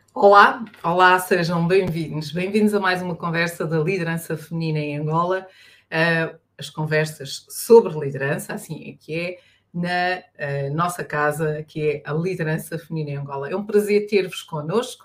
Olá, olá, sejam bem-vindos. Bem-vindos a mais uma conversa da liderança feminina em Angola. As conversas sobre liderança, assim é que é, na nossa casa, que é a liderança feminina em Angola. É um prazer ter-vos connosco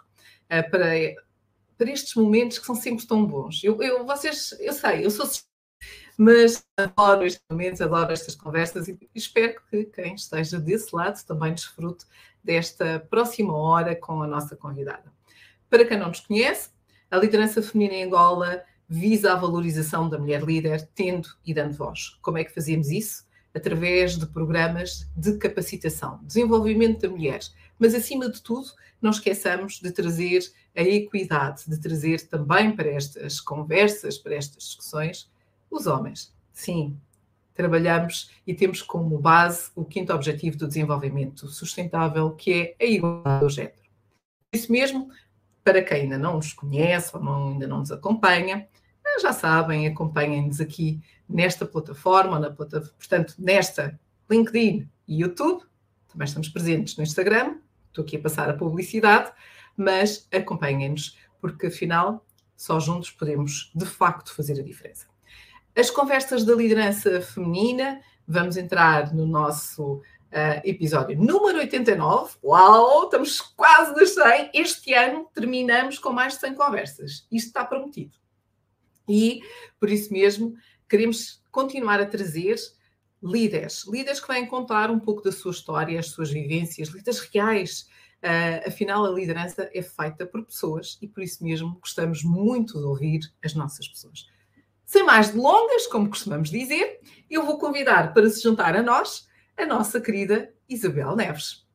para estes momentos que são sempre tão bons. Eu sei, eu sou, mas adoro estes momentos, adoro estas conversas e espero que quem esteja desse lado também desfrute desta próxima hora com a nossa convidada. Para quem não nos conhece, a liderança feminina em Angola visa a valorização da mulher líder, tendo e dando voz. Como é que fazemos isso? Através de programas de capacitação, desenvolvimento da mulher. Mas, acima de tudo, não esqueçamos de trazer a equidade, de trazer também para estas conversas, para estas discussões, os homens. Sim, trabalhamos e temos como base o quinto objetivo do desenvolvimento sustentável, que é a igualdade do género. Por isso mesmo, para quem ainda não nos conhece ou ainda não nos acompanha, já sabem, acompanhem-nos aqui nesta plataforma, portanto, nesta LinkedIn e YouTube. Também estamos presentes no Instagram. Estou aqui a passar a publicidade, mas acompanhem-nos, porque afinal, só juntos podemos de facto fazer a diferença. As conversas da liderança feminina, vamos entrar no nosso episódio número 89. Uau, estamos quase nas 100. Este ano terminamos com mais de 100 conversas. Isto está prometido. E, por isso mesmo, queremos continuar a trazer líderes que vêm contar um pouco da sua história, as suas vivências, líderes reais. Afinal, a liderança é feita por pessoas e, por isso mesmo, gostamos muito de ouvir as nossas pessoas. Sem mais delongas, como costumamos dizer, eu vou convidar para se juntar a nós a nossa querida Isabel Neves.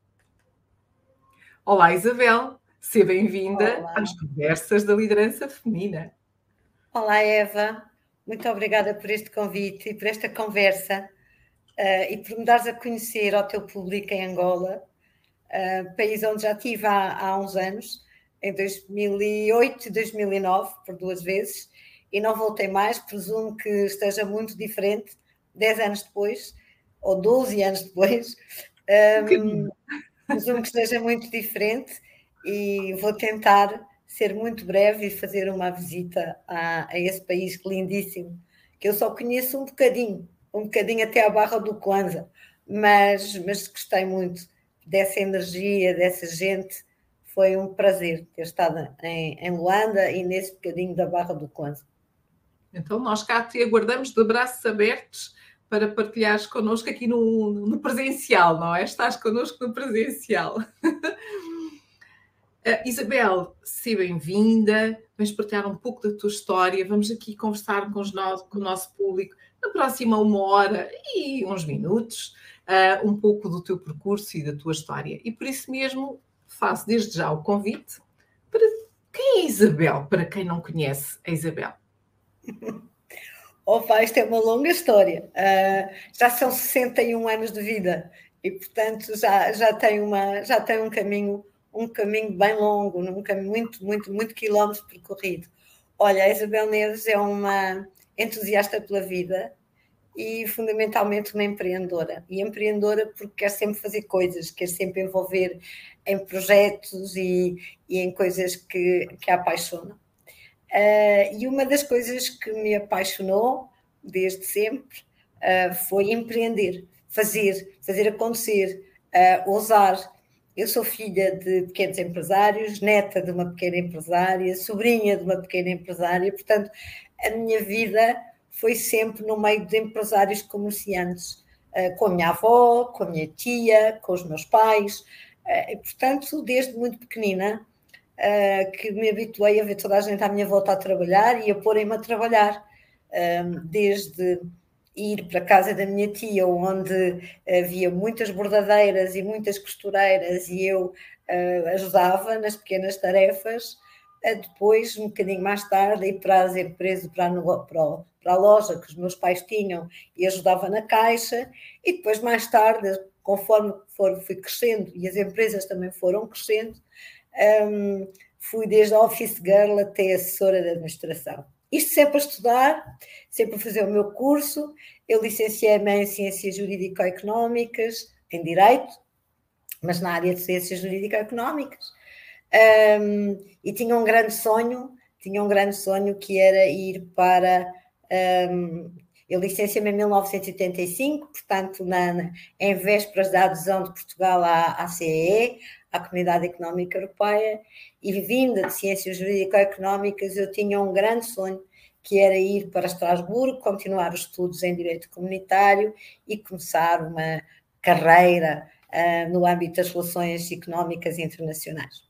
Olá, Isabel. Seja bem-vinda às conversas da liderança feminina. Olá, Eva. Muito obrigada por este convite e por esta conversa e por me dares a conhecer ao teu público em Angola, país onde já estive há uns anos, em 2008 e 2009, por 2 vezes, e não voltei mais. Presumo que esteja muito diferente 10 anos depois, ou 12 anos depois. Presumo que esteja muito diferente e vou tentar ser muito breve e fazer uma visita a esse país lindíssimo, que eu só conheço um bocadinho até à Barra do Kwanza, mas gostei muito dessa energia, dessa gente. Foi um prazer ter estado em Luanda e nesse bocadinho da Barra do Kwanza. Então, nós cá te aguardamos de braços abertos para partilhares connosco aqui no presencial, não é? Estás connosco no presencial. Isabel, seja bem-vinda. Vamos partilhar um pouco da tua história. Vamos aqui conversar com o nosso público na próxima 1 hora e uns minutos, um pouco do teu percurso e da tua história. E por isso mesmo faço desde já o convite para quem é a Isabel, para quem não conhece a Isabel. Opa, isto é uma longa história. Já são 61 anos de vida e, portanto, já tem um caminho bem longo, um caminho muito quilómetros percorrido. Olha, a Isabel Neves é uma entusiasta pela vida e, fundamentalmente, uma empreendedora. E empreendedora porque quer sempre fazer coisas, quer sempre envolver em projetos e em coisas que a apaixonam. E uma das coisas que me apaixonou desde sempre foi empreender, fazer acontecer, ousar. Eu sou filha de pequenos empresários, neta de uma pequena empresária, sobrinha de uma pequena empresária, portanto, a minha vida foi sempre no meio de empresários comerciantes, com a minha avó, com a minha tia, com os meus pais, e, portanto, desde muito pequenina, que me habituei a ver toda a gente à minha volta a trabalhar e a porem-me a trabalhar, desde ir para a casa da minha tia, onde havia muitas bordadeiras e muitas costureiras e eu ajudava nas pequenas tarefas, depois, um bocadinho mais tarde, ir para as empresas, para a loja que os meus pais tinham e ajudava na caixa, e depois mais tarde, conforme fui crescendo e as empresas também foram crescendo, fui desde a office girl até assessora de administração. Isto sempre a estudar, sempre a fazer o meu curso. Eu licenciei-me em Ciências Jurídico-Económicas, em Direito, mas na área de Ciências Jurídico-Económicas. E tinha um grande sonho que era ir para... eu licenciei-me em 1985, portanto, em vésperas da adesão de Portugal à CEE, à Comunidade Económica Europeia, e vinda de Ciências Jurídico-Económicas, eu tinha um grande sonho, que era ir para Estrasburgo, continuar os estudos em Direito Comunitário e começar uma carreira no âmbito das relações económicas internacionais.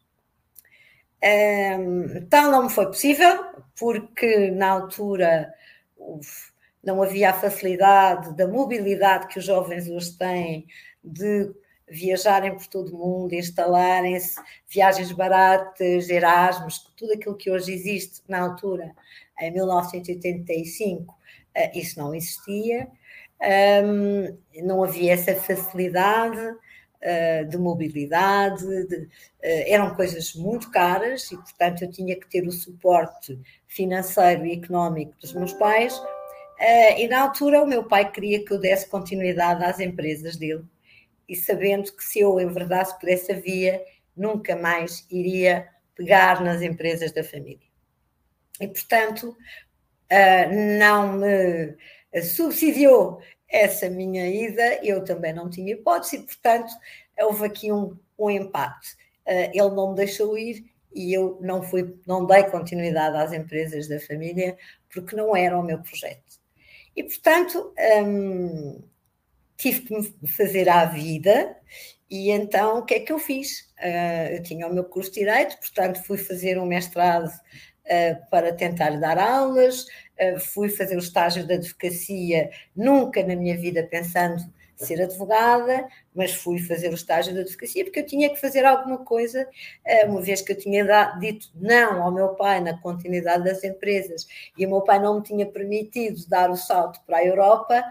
Então não me foi possível, porque na altura não havia a facilidade da mobilidade que os jovens hoje têm de viajarem por todo o mundo, instalarem-se, viagens baratas, Erasmus, tudo aquilo que hoje existe na altura, em 1985, isso não existia, não havia essa facilidade de mobilidade, eram coisas muito caras e, portanto, eu tinha que ter o suporte financeiro e económico dos meus pais, e na altura o meu pai queria que eu desse continuidade às empresas dele, e sabendo que se eu enverdasse por essa via, nunca mais iria pegar nas empresas da família. E, portanto, não me subsidiou essa minha ida, eu também não tinha hipótese, e, portanto, houve aqui um empate. Ele não me deixou ir e eu não dei continuidade às empresas da família, porque não era o meu projeto. E, portanto, tive que me fazer à vida, e então o que é que eu fiz? Eu tinha o meu curso de Direito, portanto fui fazer um mestrado para tentar dar aulas, fui fazer o estágio de advocacia, nunca na minha vida pensando ser advogada, mas fui fazer o estágio de advocacia porque eu tinha que fazer alguma coisa, uma vez que eu tinha dito não ao meu pai na continuidade das empresas e o meu pai não me tinha permitido dar o salto para a Europa.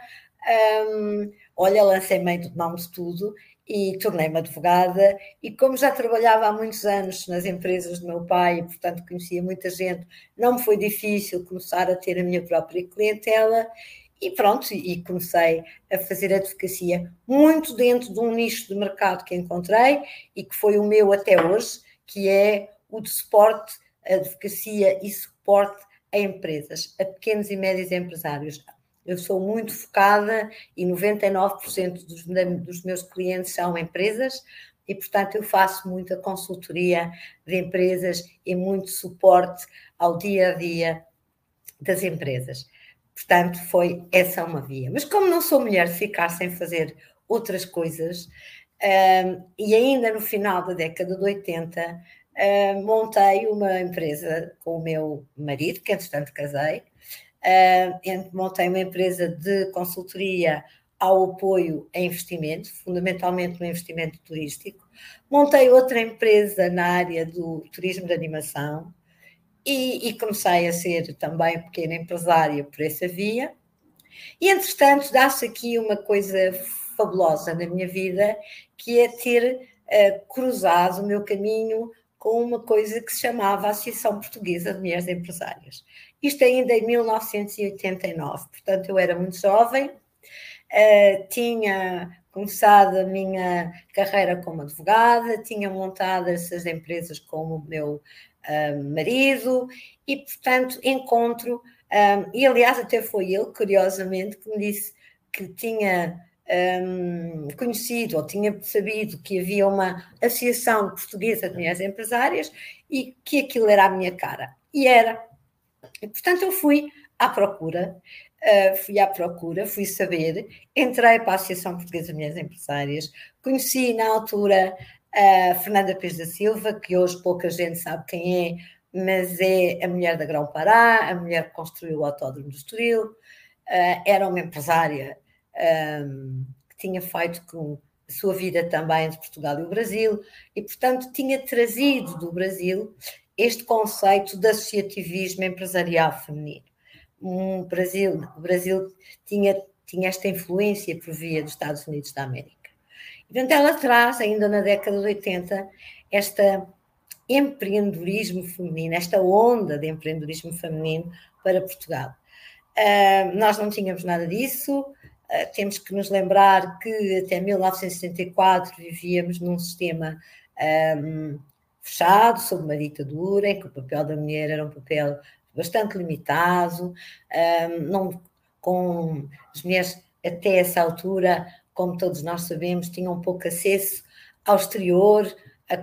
Olha, lancei meio de mão de tudo e tornei-me advogada, e como já trabalhava há muitos anos nas empresas do meu pai e, portanto, conhecia muita gente, não me foi difícil começar a ter a minha própria clientela e pronto, e comecei a fazer advocacia muito dentro de um nicho de mercado que encontrei e que foi o meu até hoje, que é o de suporte, advocacia e suporte a empresas, a pequenos e médios empresários. Eu sou muito focada e 99% dos meus clientes são empresas e, portanto, eu faço muita consultoria de empresas e muito suporte ao dia-a-dia das empresas. Portanto, foi essa uma via. Mas como não sou mulher de ficar sem fazer outras coisas, e ainda no final da década de 80, montei uma empresa com o meu marido, que entretanto casei, montei uma empresa de consultoria ao apoio a investimento, fundamentalmente no investimento turístico. Montei outra empresa na área do turismo de animação e comecei a ser também pequena empresária por essa via. E, entretanto, dá-se aqui uma coisa fabulosa na minha vida, que é ter cruzado o meu caminho com uma coisa que se chamava Associação Portuguesa de Mulheres Empresárias. Isto ainda em 1989, portanto eu era muito jovem, tinha começado a minha carreira como advogada, tinha montado essas empresas com o meu marido e, portanto, e aliás até foi ele, curiosamente, que me disse que tinha conhecido ou tinha sabido que havia uma Associação Portuguesa de Mulheres Empresárias e que aquilo era a minha cara. E era. E, portanto, eu fui à procura, fui saber, entrei para a Associação Portuguesa de Mulheres Empresárias, conheci na altura a Fernanda Pires da Silva, que hoje pouca gente sabe quem é, mas é a mulher da Grão Pará, a mulher que construiu o Autódromo do Estoril, era uma empresária que tinha feito com a sua vida também entre Portugal e o Brasil, e, portanto, tinha trazido do Brasil este conceito de associativismo empresarial feminino. O Brasil tinha esta influência por via dos Estados Unidos da América. Portanto, ela traz, ainda na década de 80, este empreendedorismo feminino, esta onda de empreendedorismo feminino para Portugal. Nós não tínhamos nada disso, temos que nos lembrar que até 1974 vivíamos num sistema fechado, sob uma ditadura, em que o papel da mulher era um papel bastante limitado, com as mulheres até essa altura, como todos nós sabemos, tinham pouco acesso ao exterior,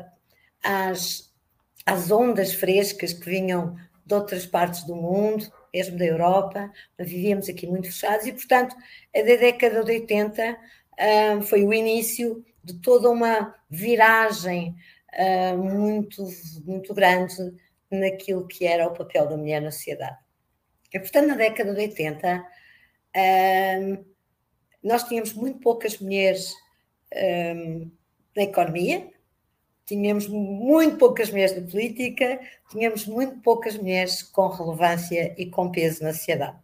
às ondas frescas que vinham de outras partes do mundo, mesmo da Europa. Vivíamos aqui muito fechados e, portanto, a década de 80 foi o início de toda uma viragem muito, muito grande naquilo que era o papel da mulher na sociedade. E, portanto, na década de 80, nós tínhamos muito poucas mulheres na economia, tínhamos muito poucas mulheres na política, tínhamos muito poucas mulheres com relevância e com peso na sociedade.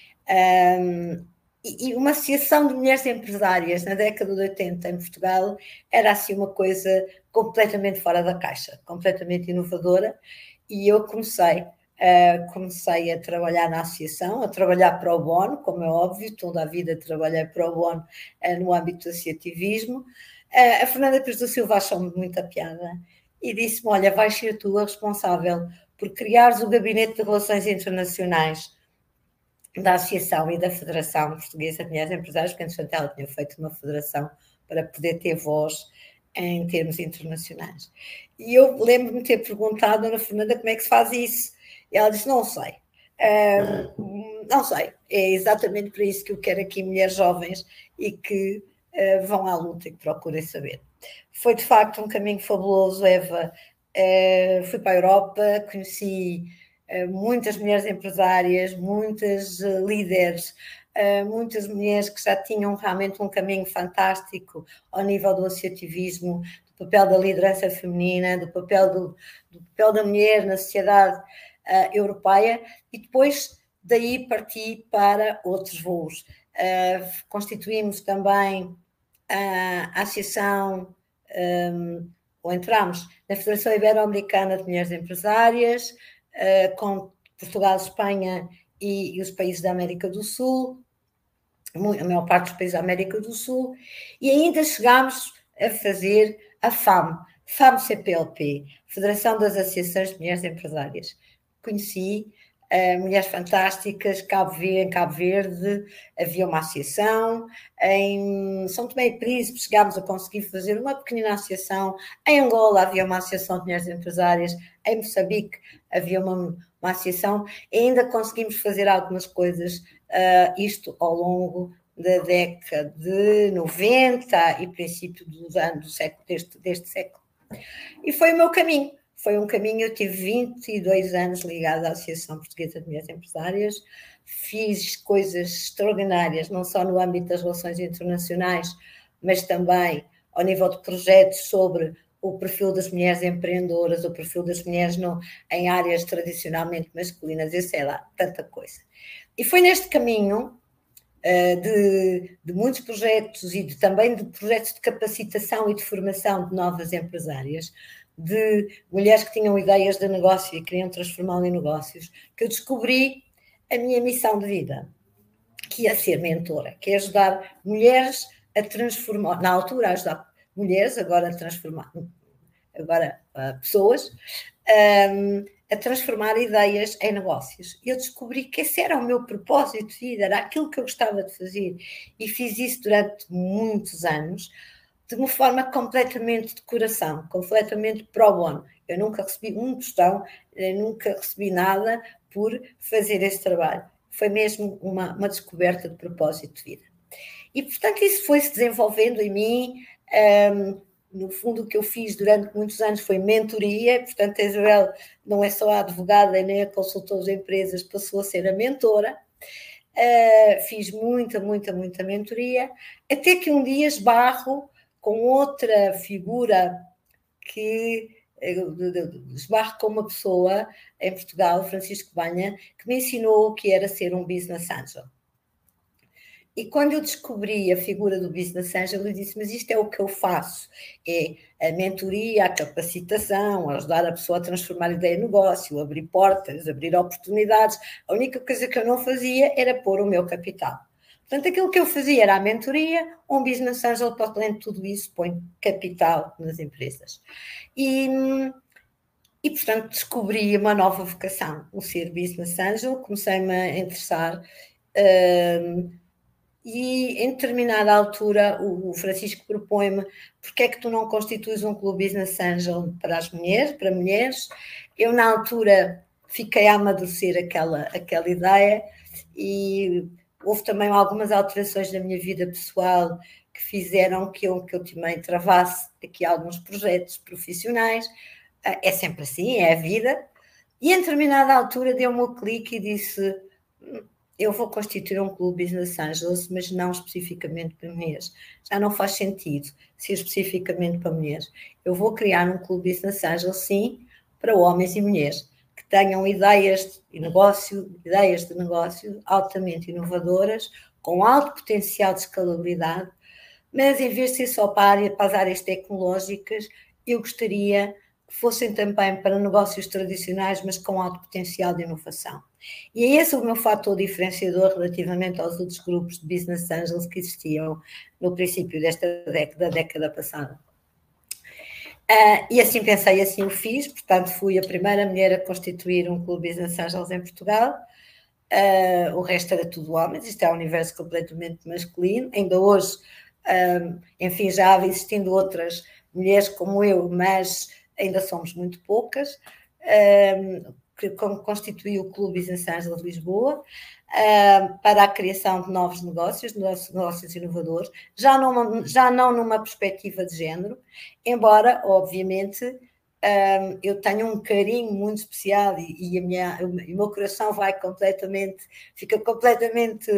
E uma associação de mulheres empresárias na década de 80 em Portugal era assim uma coisa completamente fora da caixa, completamente inovadora, e eu comecei a trabalhar na associação, a trabalhar pro bono, como é óbvio, toda a vida trabalhei pro bono no âmbito do associativismo. A Fernanda Pires da Silva achou-me muita piada e disse-me, olha, vais ser tu a responsável por criares o Gabinete de Relações Internacionais da Associação e da Federação Portuguesa de Mulheres Empresárias, porque, entretanto, ela tinha feito uma federação para poder ter voz em termos internacionais. E eu lembro-me de ter perguntado à Ana Fernanda como é que se faz isso. E ela disse, não sei. Não sei. É exatamente para isso que eu quero aqui mulheres jovens e que vão à luta e que procurem saber. Foi, de facto, um caminho fabuloso, Eva. Fui para a Europa, conheci muitas mulheres empresárias, muitas líderes, muitas mulheres que já tinham realmente um caminho fantástico ao nível do associativismo, do papel da liderança feminina, do papel da mulher na sociedade europeia, e depois daí parti para outros voos. Constituímos também a associação, ou entramos na Federação Ibero-Americana de Mulheres Empresárias, com Portugal, Espanha e os países da América do Sul, a maior parte dos países da América do Sul, e ainda chegámos a fazer a FAM-CPLP, Federação das Associações de Mulheres Empresárias. Conheci mulheres fantásticas, em Cabo Verde havia uma associação, em São Tomé e Príncipe chegámos a conseguir fazer uma pequenina associação, em Angola havia uma associação de mulheres empresárias, em Moçambique havia uma associação, e ainda conseguimos fazer algumas coisas, isto ao longo da década de 90 e princípio dos anos do século, deste século. E foi o meu caminho. Foi um caminho, eu tive 22 anos ligada à Associação Portuguesa de Mulheres Empresárias, fiz coisas extraordinárias, não só no âmbito das relações internacionais, mas também ao nível de projetos sobre o perfil das mulheres empreendedoras, o perfil das mulheres em áreas tradicionalmente masculinas, eu sei lá, tanta coisa. E foi neste caminho de muitos projetos e também de projetos de capacitação e de formação de novas empresárias, de mulheres que tinham ideias de negócio e queriam transformá-lo em negócios, que eu descobri a minha missão de vida, que é ser mentora, que é ajudar mulheres a transformar, na altura ajudar mulheres, agora a transformar, pessoas, a transformar ideias em negócios. E eu descobri que esse era o meu propósito de vida, era aquilo que eu gostava de fazer, e fiz isso durante muitos anos, de uma forma completamente de coração, completamente pro bono. Eu nunca recebi um tostão, nunca recebi nada por fazer esse trabalho. Foi mesmo uma descoberta de propósito de vida. E, portanto, isso foi-se desenvolvendo em mim. No fundo, o que eu fiz durante muitos anos foi mentoria. Portanto, a Isabel não é só a advogada nem a consultora de empresas, passou a ser a mentora. Fiz muita mentoria, até que um dia esbarro com outra figura que esbarro com uma pessoa em Portugal, Francisco Banha, que me ensinou o que era ser um business angel. E quando eu descobri a figura do business angel, eu disse, mas isto é o que eu faço, é a mentoria, a capacitação, ajudar a pessoa a transformar a ideia em negócio, abrir portas, abrir oportunidades. A única coisa que eu não fazia era pôr o meu capital. Portanto, aquilo que eu fazia era a mentoria, um business angel, para além de tudo isso, põe capital nas empresas. E E, portanto, descobri uma nova vocação, o ser Business Angel, comecei-me a interessar. E em determinada altura o Francisco propõe-me: porque é que tu não constituis um clube Business Angel para as mulheres, para mulheres? Eu na altura fiquei a amadurecer aquela ideia e houve também algumas alterações na minha vida pessoal que fizeram que eu também travasse aqui alguns projetos profissionais. É sempre assim, é a vida. E em determinada altura deu-me o clique e disse: eu vou constituir um clube Business Angels, mas não especificamente para mulheres. Já não faz sentido ser especificamente para mulheres. Eu vou criar um clube Business Angels, sim, para homens e mulheres que tenham ideias de negócio altamente inovadoras, com alto potencial de escalabilidade, mas em vez de ser só para as áreas tecnológicas, eu gostaria que fossem também para negócios tradicionais, mas com alto potencial de inovação. E é esse o meu fator diferenciador relativamente aos outros grupos de Business Angels que existiam no princípio da década passada. E assim pensei, assim o fiz, portanto fui a primeira mulher a constituir um clube Business Angels em Portugal. O resto era tudo homens, isto é um universo completamente masculino. Ainda hoje, enfim, já há existindo outras mulheres como eu, mas ainda somos muito poucas, que constitui o Clube Business Angels de Lisboa, para a criação de novos negócios inovadores, já não numa perspectiva de género, embora, obviamente, eu tenho um carinho muito especial e o meu coração fica completamente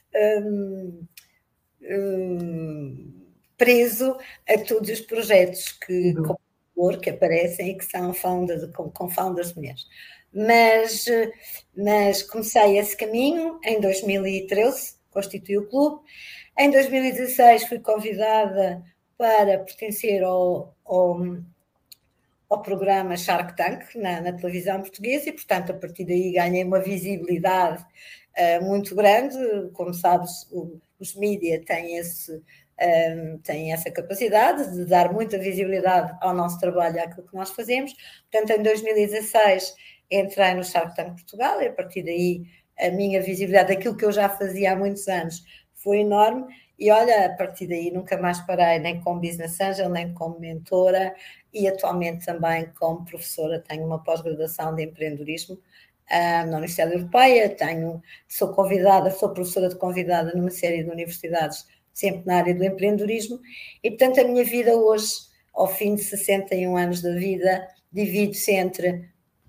preso a todos os projetos que aparecem e que são com founders mulheres. Mas comecei esse caminho em 2013, constituí o clube. Em 2016 fui convidada para pertencer ao programa Shark Tank na televisão portuguesa e, portanto, a partir daí ganhei uma visibilidade muito grande. Como sabes, os mídias têm essa capacidade de dar muita visibilidade ao nosso trabalho, àquilo que nós fazemos. Portanto, em 2016 entrei no Shark Tank Portugal e, a partir daí, a minha visibilidade daquilo que eu já fazia há muitos anos foi enorme. E olha, a partir daí nunca mais parei, nem como Business Angel, nem como mentora, e atualmente também como professora. Tenho uma pós-graduação de empreendedorismo na Universidade Europeia, sou professora de convidada numa série de universidades, sempre na área do empreendedorismo, e portanto a minha vida hoje, ao fim de 61 anos da vida, divide-se entre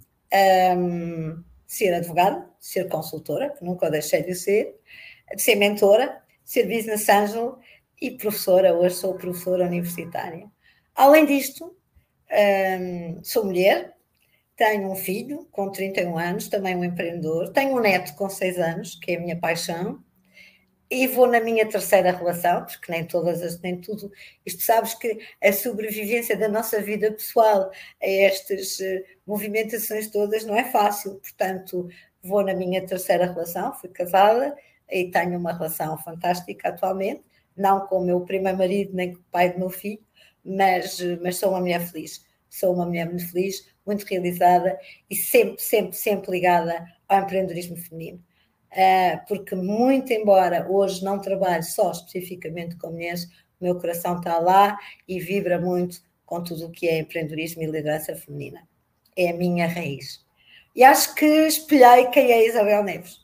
ser advogada, ser consultora, que nunca deixei de ser mentora, ser business angel e professora. Hoje sou professora universitária. Além disto, sou mulher, tenho um filho com 31 anos, também um empreendedor, tenho um neto com 6 anos, que é a minha paixão, e vou na minha terceira relação, porque nem tudo, isto sabes que a sobrevivência da nossa vida pessoal a estas movimentações todas não é fácil, portanto vou na minha terceira relação, fui casada e tenho uma relação fantástica atualmente, não com o meu primeiro marido nem com o pai do meu filho, mas sou uma mulher feliz, sou uma mulher muito feliz, muito realizada e sempre ligada ao empreendedorismo feminino. Porque muito embora hoje não trabalhe só especificamente com mulheres, o meu coração está lá e vibra muito com tudo o que é empreendedorismo e liderança feminina. É a minha raiz. E acho que espelhei quem é a Isabel Neves.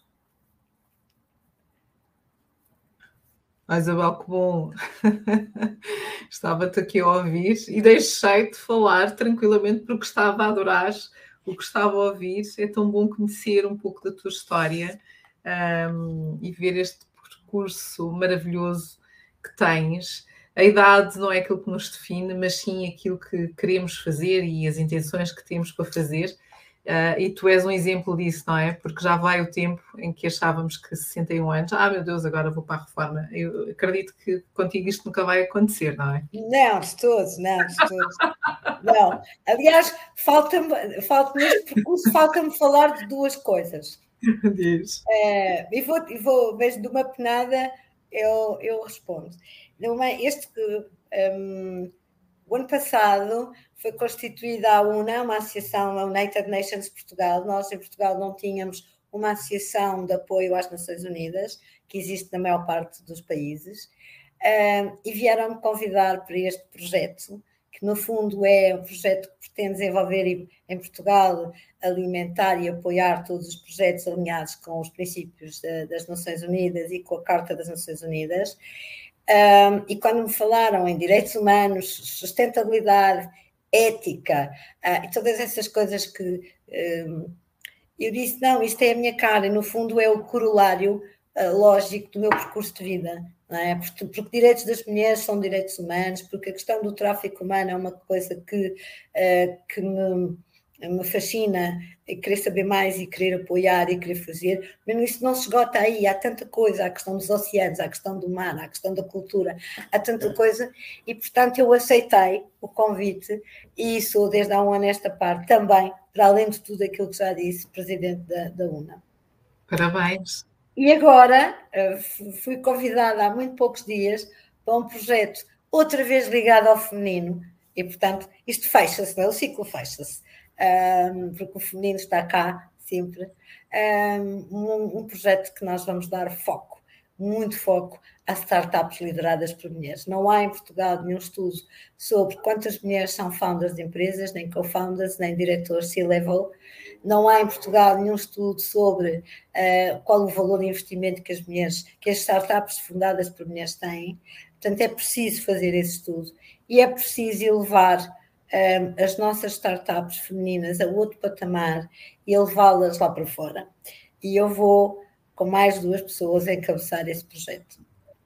Isabel, que bom! Estava-te aqui a ouvir e deixei-te falar tranquilamente porque estava a adorar o que estava a ouvir. É tão bom conhecer um pouco da tua história e ver este percurso maravilhoso que tens. A idade não é aquilo que nos define, mas sim aquilo que queremos fazer e as intenções que temos para fazer. E tu és um exemplo disso, não é? Porque já vai o tempo em que achávamos que 61 anos, meu Deus, agora vou para a reforma. Eu acredito que contigo isto nunca vai acontecer, não é? Não, de todos. Não. Aliás, neste percurso, falta-me falar de duas coisas. Diz. Mas de uma penada eu respondo. O ano passado foi constituída a UNA, uma associação, a United Nations Portugal. Nós, em Portugal, não tínhamos uma associação de apoio às Nações Unidas, que existe na maior parte dos países, e vieram-me convidar para este projeto, que no fundo é um projeto que pretende desenvolver em Portugal, alimentar e apoiar todos os projetos alinhados com os princípios das Nações Unidas e com a Carta das Nações Unidas. E quando me falaram em direitos humanos, sustentabilidade, ética, e todas essas coisas que eu disse, não, isto é a minha cara, e no fundo é o corolário lógico do meu percurso de vida, não é? Porque direitos das mulheres são direitos humanos, porque a questão do tráfico humano é uma coisa que me fascina, e querer saber mais e querer apoiar e querer fazer, mas isso não se esgota aí, há tanta coisa, há a questão dos oceanos, há a questão do mar, há a questão da cultura, há tanta coisa, e portanto eu aceitei o convite e sou desde há um ano esta parte também, para além de tudo aquilo que já disse, presidente da UNA. Parabéns. E agora fui convidada há muito poucos dias para um projeto outra vez ligado ao feminino, e portanto isto fecha-se, não é? O ciclo fecha-se. Porque o feminino está cá sempre, um projeto que nós vamos dar foco, muito foco, a startups lideradas por mulheres. Não há em Portugal nenhum estudo sobre quantas mulheres são founders de empresas, nem co-founders, nem diretores C-level. Não há em Portugal nenhum estudo sobre qual o valor de investimento que as startups fundadas por mulheres têm. Portanto, é preciso fazer esse estudo e é preciso elevar as nossas startups femininas a outro patamar e levá-las lá para fora. E eu vou, com mais 2 pessoas, encabeçar esse projeto.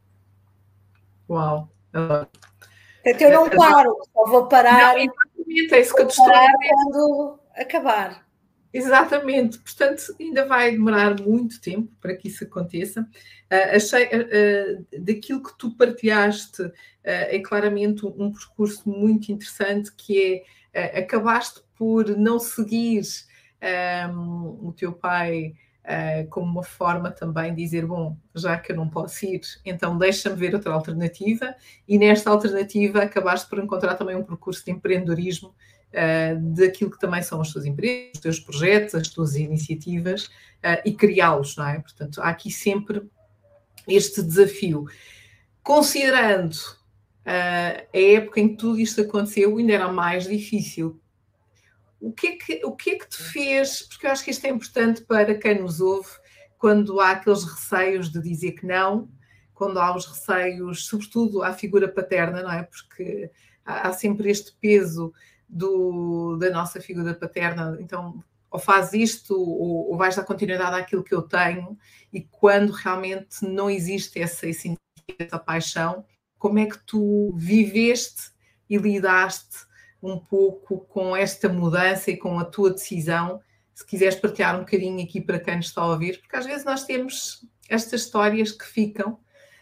Uau! Portanto, eu não paro, só vou parar, não, é isso que eu estou a dizer. Quando acabar. Exatamente, portanto, ainda vai demorar muito tempo para que isso aconteça. Achei, daquilo que tu partilhaste, é claramente um percurso muito interessante, que é, acabaste por não seguir o teu pai como uma forma também de dizer, bom, já que eu não posso ir, então deixa-me ver outra alternativa, e nesta alternativa acabaste por encontrar também um percurso de empreendedorismo, daquilo que também são as tuas empresas, os teus projetos, as tuas iniciativas, e criá-los, não é? Portanto, há aqui sempre este desafio. Considerando a época em que tudo isto aconteceu, ainda era mais difícil. O que é que te fez? Porque eu acho que isto é importante para quem nos ouve, quando há aqueles receios de dizer que não, quando há os receios, sobretudo à figura paterna, não é? Porque há sempre este peso da nossa figura paterna, então ou faz isto ou vais dar continuidade àquilo que eu tenho, e quando realmente não existe essa paixão, como é que tu viveste e lidaste um pouco com esta mudança e com a tua decisão? Se quiseres partilhar um bocadinho aqui para quem nos está a ouvir, porque às vezes nós temos estas histórias que ficam,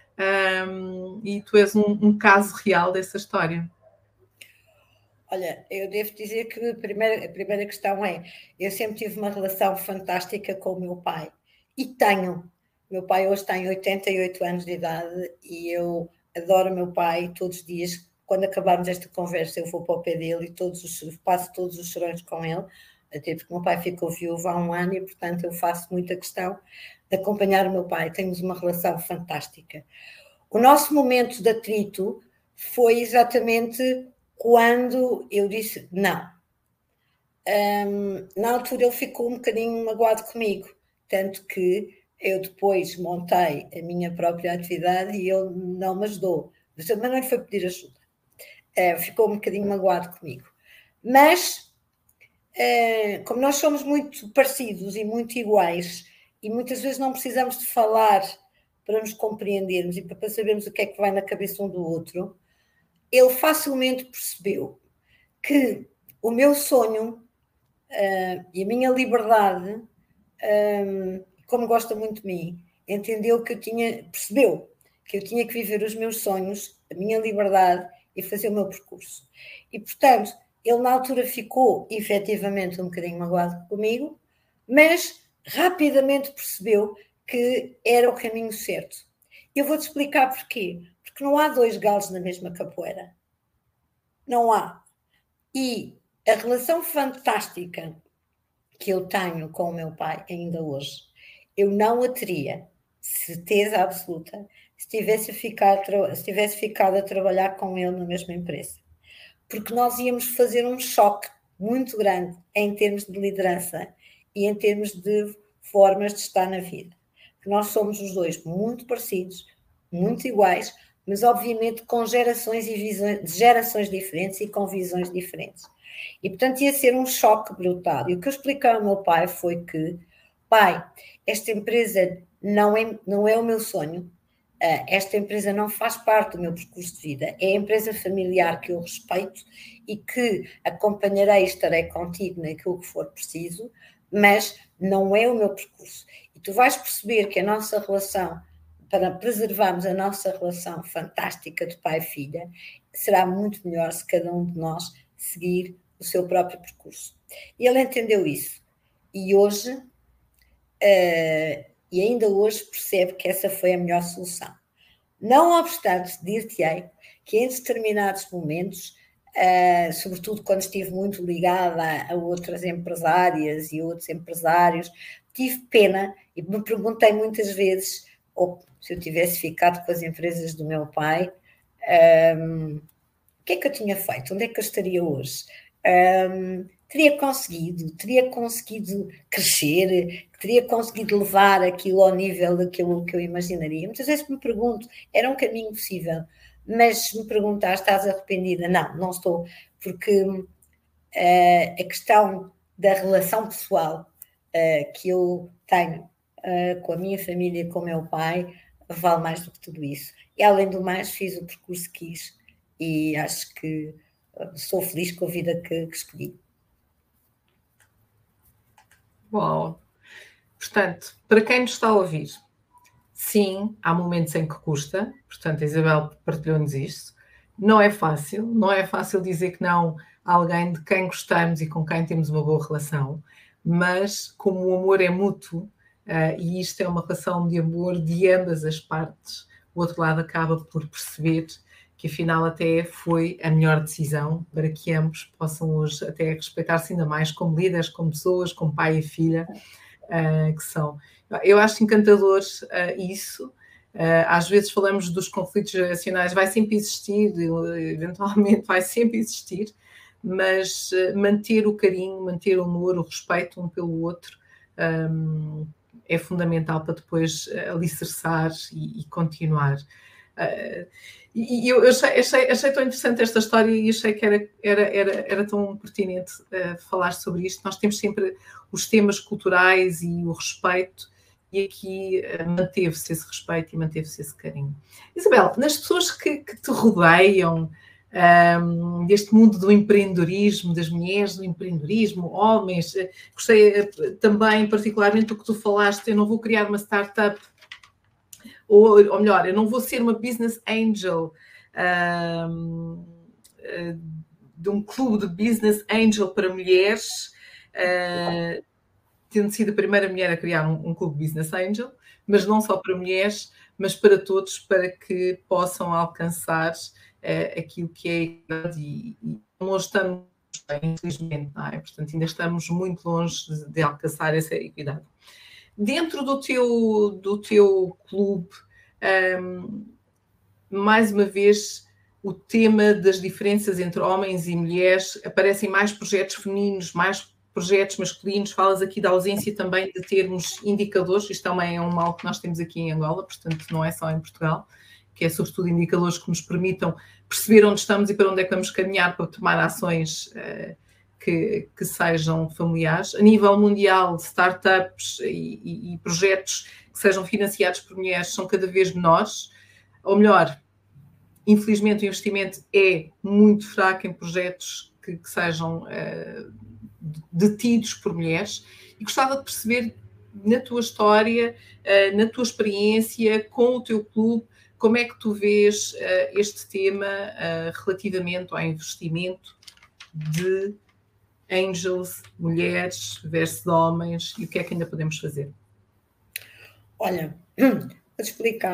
e tu és um caso real dessa história. Olha, eu devo dizer que a primeira questão é, eu sempre tive uma relação fantástica com o meu pai, e tenho. Meu pai hoje tem 88 anos de idade e eu adoro o meu pai todos os dias. Quando acabarmos esta conversa, eu vou para o pé dele e passo todos os chorões com ele, até porque o meu pai ficou viúvo há um ano e, portanto, eu faço muita questão de acompanhar o meu pai. Temos uma relação fantástica. O nosso momento de atrito foi exatamente quando eu disse não. Na altura ele ficou um bocadinho magoado comigo, tanto que eu depois montei a minha própria atividade e ele não me ajudou, mas não lhe foi pedir ajuda. Ficou um bocadinho magoado comigo. Mas, como nós somos muito parecidos e muito iguais, e muitas vezes não precisamos de falar para nos compreendermos e para sabermos o que é que vai na cabeça um do outro, ele facilmente percebeu que o meu sonho e a minha liberdade, como gosta muito de mim, percebeu que eu tinha que viver os meus sonhos, a minha liberdade e fazer o meu percurso. E, portanto, ele na altura ficou efetivamente um bocadinho magoado comigo, mas rapidamente percebeu que era o caminho certo. Eu vou-te explicar porquê. Porque não há 2 galos na mesma capoeira. Não há. E a relação fantástica que eu tenho com o meu pai ainda hoje, eu não a teria, certeza absoluta, se tivesse ficado a trabalhar com ele na mesma empresa. Porque nós íamos fazer um choque muito grande em termos de liderança e em termos de formas de estar na vida. Nós somos os dois muito parecidos, muito iguais, mas obviamente com gerações diferentes e com visões diferentes. E, portanto, ia ser um choque brutal. E o que eu expliquei ao meu pai foi que, pai, esta empresa não é o meu sonho, esta empresa não faz parte do meu percurso de vida, é a empresa familiar que eu respeito e que acompanharei e estarei contigo naquilo que for preciso, mas não é o meu percurso. E tu vais perceber que a nossa relação, para preservarmos a nossa relação fantástica de pai e filha, será muito melhor se cada um de nós seguir o seu próprio percurso. E ele entendeu isso. E hoje, e ainda hoje, percebe que essa foi a melhor solução. Não obstante, dir-te-ei que em determinados momentos, sobretudo quando estive muito ligada a outras empresárias e outros empresários, tive pena e me perguntei muitas vezes, ou se eu tivesse ficado com as empresas do meu pai, o que é que eu tinha feito? Onde é que eu estaria hoje? Teria conseguido crescer, teria conseguido levar aquilo ao nível daquilo que eu imaginaria. Muitas vezes me pergunto, era um caminho possível, mas me perguntar, estás arrependida? Não, não estou, porque a questão da relação pessoal que eu tenho com a minha família e com o meu pai vale mais do que tudo isso. E além do mais, fiz o percurso que quis e acho que sou feliz com a vida que escolhi. Uau! Portanto, para quem nos está a ouvir, sim, há momentos em que custa, portanto, a Isabel partilhou-nos isto. Não é fácil dizer que não a alguém de quem gostamos e com quem temos uma boa relação, mas como o amor é mútuo, e isto é uma relação de amor de ambas as partes, o outro lado acaba por perceber que afinal até foi a melhor decisão para que ambos possam hoje até respeitar-se ainda mais como líderes, como pessoas, como pai e filha, que são. Eu acho encantador isso. Às vezes falamos dos conflitos geracionais, vai sempre existir, eventualmente vai sempre existir, mas manter o carinho, manter o amor, o respeito um pelo outro é fundamental para depois alicerçar e continuar. E eu achei tão interessante esta história e achei que era tão pertinente falar sobre isto. Nós temos sempre os temas culturais e o respeito, e aqui manteve-se esse respeito e manteve-se esse carinho. Isabel, nas pessoas que te rodeiam, deste mundo do empreendedorismo, das mulheres do empreendedorismo, homens, gostei também particularmente do que tu falaste, eu não vou criar uma startup, ou melhor, eu não vou ser uma business angel de um clube de business angel para mulheres, tendo sido a primeira mulher a criar um clube de business angel, mas não só para mulheres, mas para todos, para que possam alcançar aquilo que é a equidade, e longe estamos, infelizmente, não é? Portanto, ainda estamos muito longe de alcançar essa equidade. Dentro do teu clube, mais uma vez, o tema das diferenças entre homens e mulheres, aparecem mais projetos femininos, mais projetos masculinos, falas aqui da ausência também de termos indicadores, isto também é um mal que nós temos aqui em Angola, portanto não é só em Portugal, que é sobretudo indicadores que nos permitam perceber onde estamos e para onde é que vamos caminhar para tomar ações que sejam familiares. A nível mundial, startups e projetos que sejam financiados por mulheres são cada vez menores, ou melhor, infelizmente o investimento é muito fraco em projetos que sejam detidos por mulheres, e gostava de perceber na tua história, na tua experiência com o teu clube, como é que tu vês este tema relativamente ao investimento de angels, mulheres versus homens, e o que é que ainda podemos fazer? Olha, vou explicar.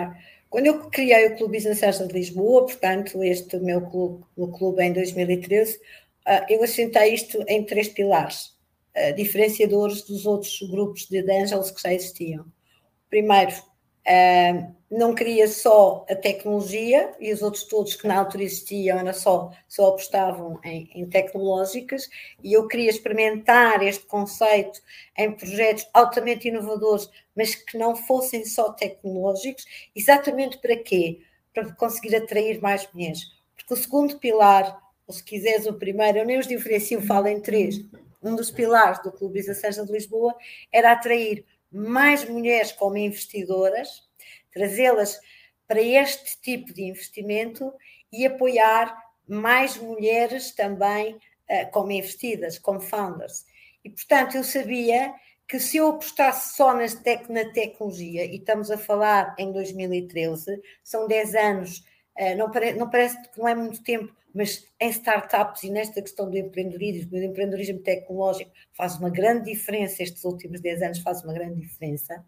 Quando eu criei o Clube Business Angels de Lisboa, portanto, este meu clube em 2013, eu assentei isto em 3 pilares, diferenciadores dos outros grupos de angels que já existiam. Primeiro, não queria só a tecnologia, e os outros todos que na altura existiam era só apostavam em tecnológicas, e eu queria experimentar este conceito em projetos altamente inovadores, mas que não fossem só tecnológicos. Exatamente para quê? Para conseguir atrair mais mulheres. Porque o segundo pilar, ou se quiseres o primeiro, eu nem os diferencio, falo em 3. Um dos pilares do Clube Business Angels de Lisboa era atrair mais mulheres como investidoras, trazê-las para este tipo de investimento e apoiar mais mulheres também como investidas, como founders. E, portanto, eu sabia que se eu apostasse só na tecnologia, e estamos a falar em 2013, são 10 anos, não parece que não é muito tempo, mas em startups e nesta questão do empreendedorismo tecnológico faz uma grande diferença, estes últimos 10 anos faz uma grande diferença.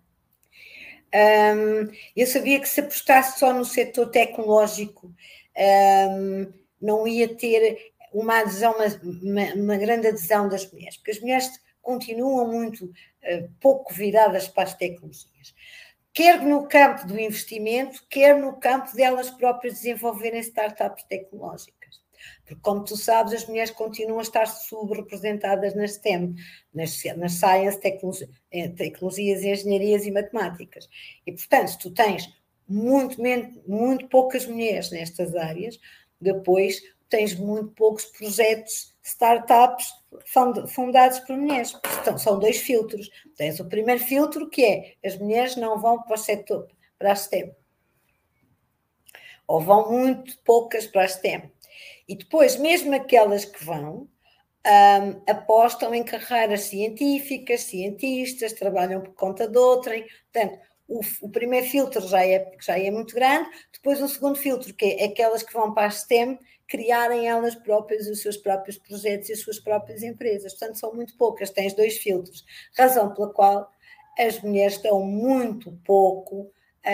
Eu sabia que se apostasse só no setor tecnológico não ia ter uma adesão, uma grande adesão das mulheres, porque as mulheres continuam muito pouco viradas para as tecnologias, quer no campo do investimento, quer no campo delas próprias desenvolverem startups tecnológicas. Porque, como tu sabes, as mulheres continuam a estar subrepresentadas nas STEM, nas Science, Tecnologias, Engenharias e Matemáticas. E, portanto, tu tens muito poucas mulheres nestas áreas, depois tens muito poucos projetos, startups fundados por mulheres. Então, são 2 filtros. Tens o primeiro filtro, que é as mulheres não vão para o setor, para a STEM. Ou vão muito poucas para a STEM. E depois, mesmo aquelas que vão, apostam em carreiras científicas, cientistas, trabalham por conta de outrem. Portanto, o primeiro filtro já é muito grande. Depois, o segundo filtro, que é aquelas que vão para a STEM, criarem elas próprias os seus próprios projetos e as suas próprias empresas. Portanto, são muito poucas. Tens 2 filtros. Razão pela qual as mulheres estão muito pouco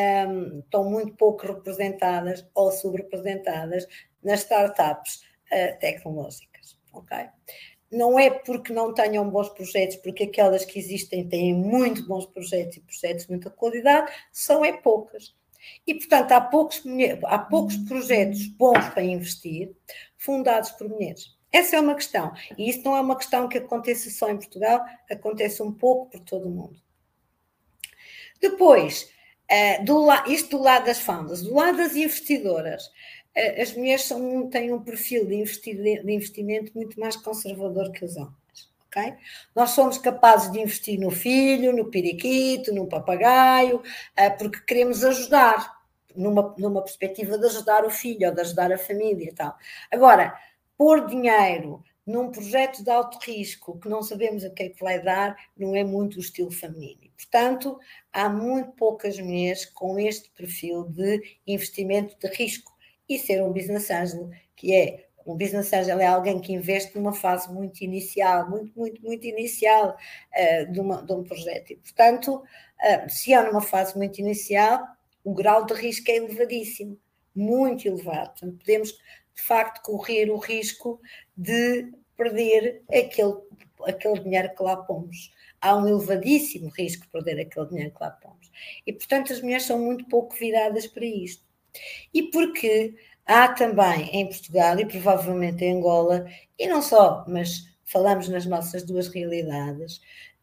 representadas ou subrepresentadas nas startups tecnológicas, ok? Não é porque não tenham bons projetos, porque aquelas que existem têm muito bons projetos e projetos de muita qualidade, são poucas. E, portanto, há poucos projetos bons para investir, fundados por mulheres. Essa é uma questão. E isso não é uma questão que aconteça só em Portugal, acontece um pouco por todo o mundo. Depois, isto do lado das founders, do lado das investidoras, as mulheres têm um perfil de investimento muito mais conservador que os homens. Okay? Nós somos capazes de investir no filho, no periquito, no papagaio, porque queremos ajudar, numa perspectiva de ajudar o filho ou de ajudar a família e tal. Agora, pôr dinheiro num projeto de alto risco que não sabemos o que é que vai dar, não é muito o estilo feminino. Portanto, há muito poucas mulheres com este perfil de investimento de risco. E ser um business angel, um business angel é alguém que investe numa fase muito inicial, muito inicial de um projeto. E, portanto, se há numa fase muito inicial, o grau de risco é elevadíssimo, muito elevado. Portanto, podemos, de facto, correr o risco de perder aquele dinheiro que lá pomos. Há um elevadíssimo risco de perder aquele dinheiro que lá pomos. E, portanto, as mulheres são muito pouco viradas para isto. E porque há também em Portugal e provavelmente em Angola, e não só, mas falamos nas nossas 2 realidades,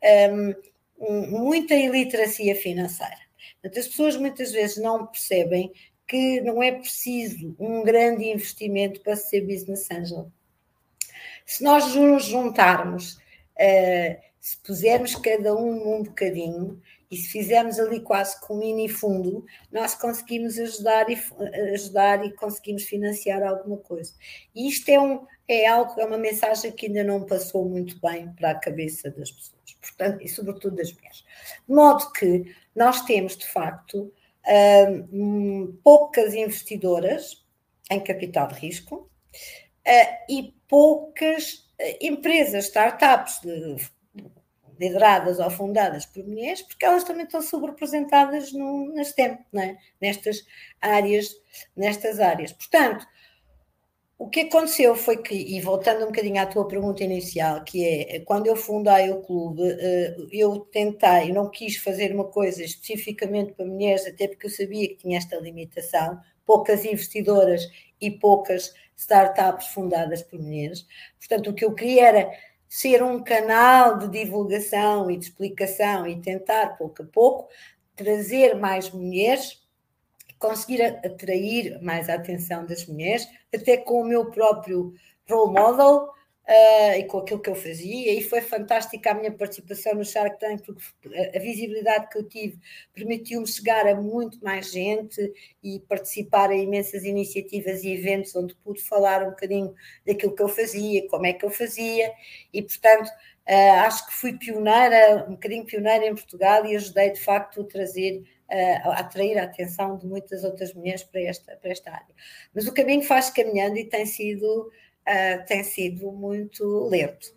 muita iliteracia financeira. Portanto, as pessoas muitas vezes não percebem que não é preciso um grande investimento para ser business angel. Se nós nos juntarmos, se pusermos cada um bocadinho e se fizermos ali quase com um mini fundo, nós conseguimos ajudar e conseguimos financiar alguma coisa. E isto é uma mensagem que ainda não passou muito bem para a cabeça das pessoas, portanto, e sobretudo das mulheres. De modo que nós temos, de facto, poucas investidoras em capital de risco e poucas empresas, startups lideradas ou fundadas por mulheres, porque elas também estão subrepresentadas na STEM, não é? Nestas áreas. Portanto, o que aconteceu foi que, e voltando um bocadinho à tua pergunta inicial, que é, quando eu fundei o clube, eu não quis fazer uma coisa especificamente para mulheres, até porque eu sabia que tinha esta limitação, poucas investidoras e poucas startups fundadas por mulheres. Portanto, o que eu queria era ser um canal de divulgação e de explicação e tentar, pouco a pouco, trazer mais mulheres, conseguir atrair mais a atenção das mulheres, até com o meu próprio role model e com aquilo que eu fazia, e foi fantástica a minha participação no Shark Tank, porque a visibilidade que eu tive permitiu-me chegar a muito mais gente e participar em imensas iniciativas e eventos onde pude falar um bocadinho daquilo que eu fazia, como é que eu fazia, e portanto acho que fui um bocadinho pioneira em Portugal e ajudei de facto a atrair a atenção de muitas outras mulheres para esta área. Mas o caminho faz caminhando e tem sido muito lento.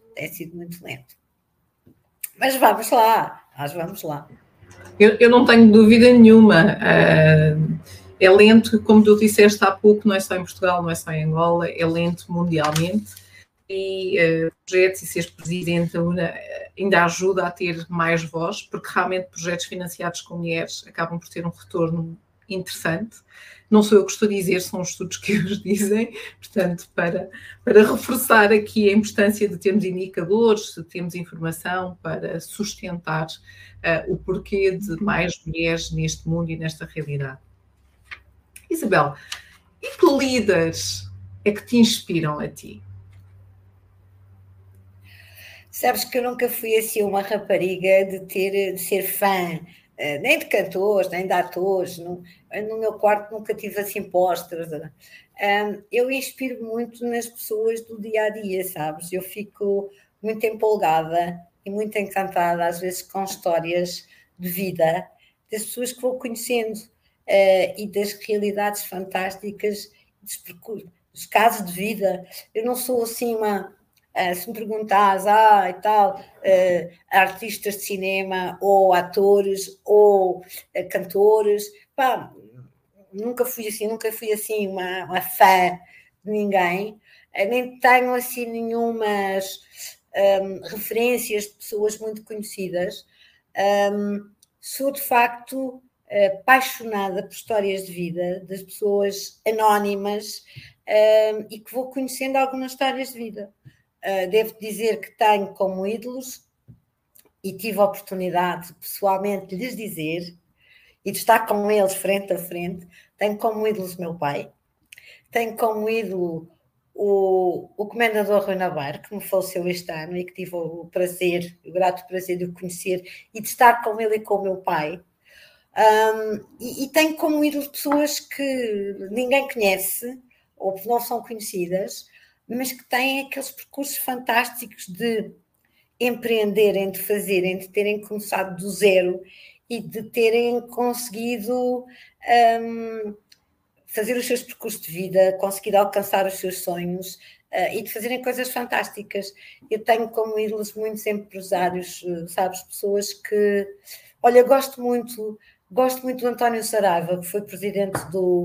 Mas vamos lá. Eu não tenho dúvida nenhuma. É lento, como tu disseste há pouco, não é só em Portugal, não é só em Angola, é lento mundialmente. E projetos e seres presidente da UNA ainda ajuda a ter mais voz, porque realmente projetos financiados com mulheres acabam por ter um retorno interessante. Não sou eu que estou a dizer, são os estudos que os dizem, portanto, para reforçar aqui a importância de termos indicadores, de termos informação para sustentar o porquê de mais mulheres neste mundo e nesta realidade. Isabel, e que líderes é que te inspiram a ti? Sabes que eu nunca fui assim uma rapariga de ser fã, nem de cantores, nem de atores. No meu quarto nunca tive assim pósteres. Eu inspiro muito nas pessoas do dia a dia, sabes? Eu fico muito empolgada e muito encantada, às vezes, com histórias de vida das pessoas que vou conhecendo e das realidades fantásticas, dos casos de vida. Eu não sou assim se me perguntares, e tal, artistas de cinema, ou atores, ou cantores, pá, nunca fui assim uma fã de ninguém, nem tenho assim nenhumas referências de pessoas muito conhecidas. Sou de facto apaixonada por histórias de vida das pessoas anónimas e que vou conhecendo algumas histórias de vida. Devo dizer que tenho como ídolos, e tive a oportunidade pessoalmente de lhes dizer, e de estar com eles frente a frente, tenho como ídolos meu pai, tenho como ídolo o comendador Rui Navarro, que me faleceu este ano e que tive o grato prazer de o conhecer e de estar com ele e com o meu pai. E tenho como ídolo pessoas que ninguém conhece ou não são conhecidas, mas que têm aqueles percursos fantásticos de empreenderem, de fazerem, de terem começado do zero e de terem conseguido fazer os seus percursos de vida, conseguir alcançar os seus sonhos e de fazerem coisas fantásticas. Eu tenho como ídolos muitos empresários, sabes, pessoas que... Olha, gosto muito do António Saraiva, que foi presidente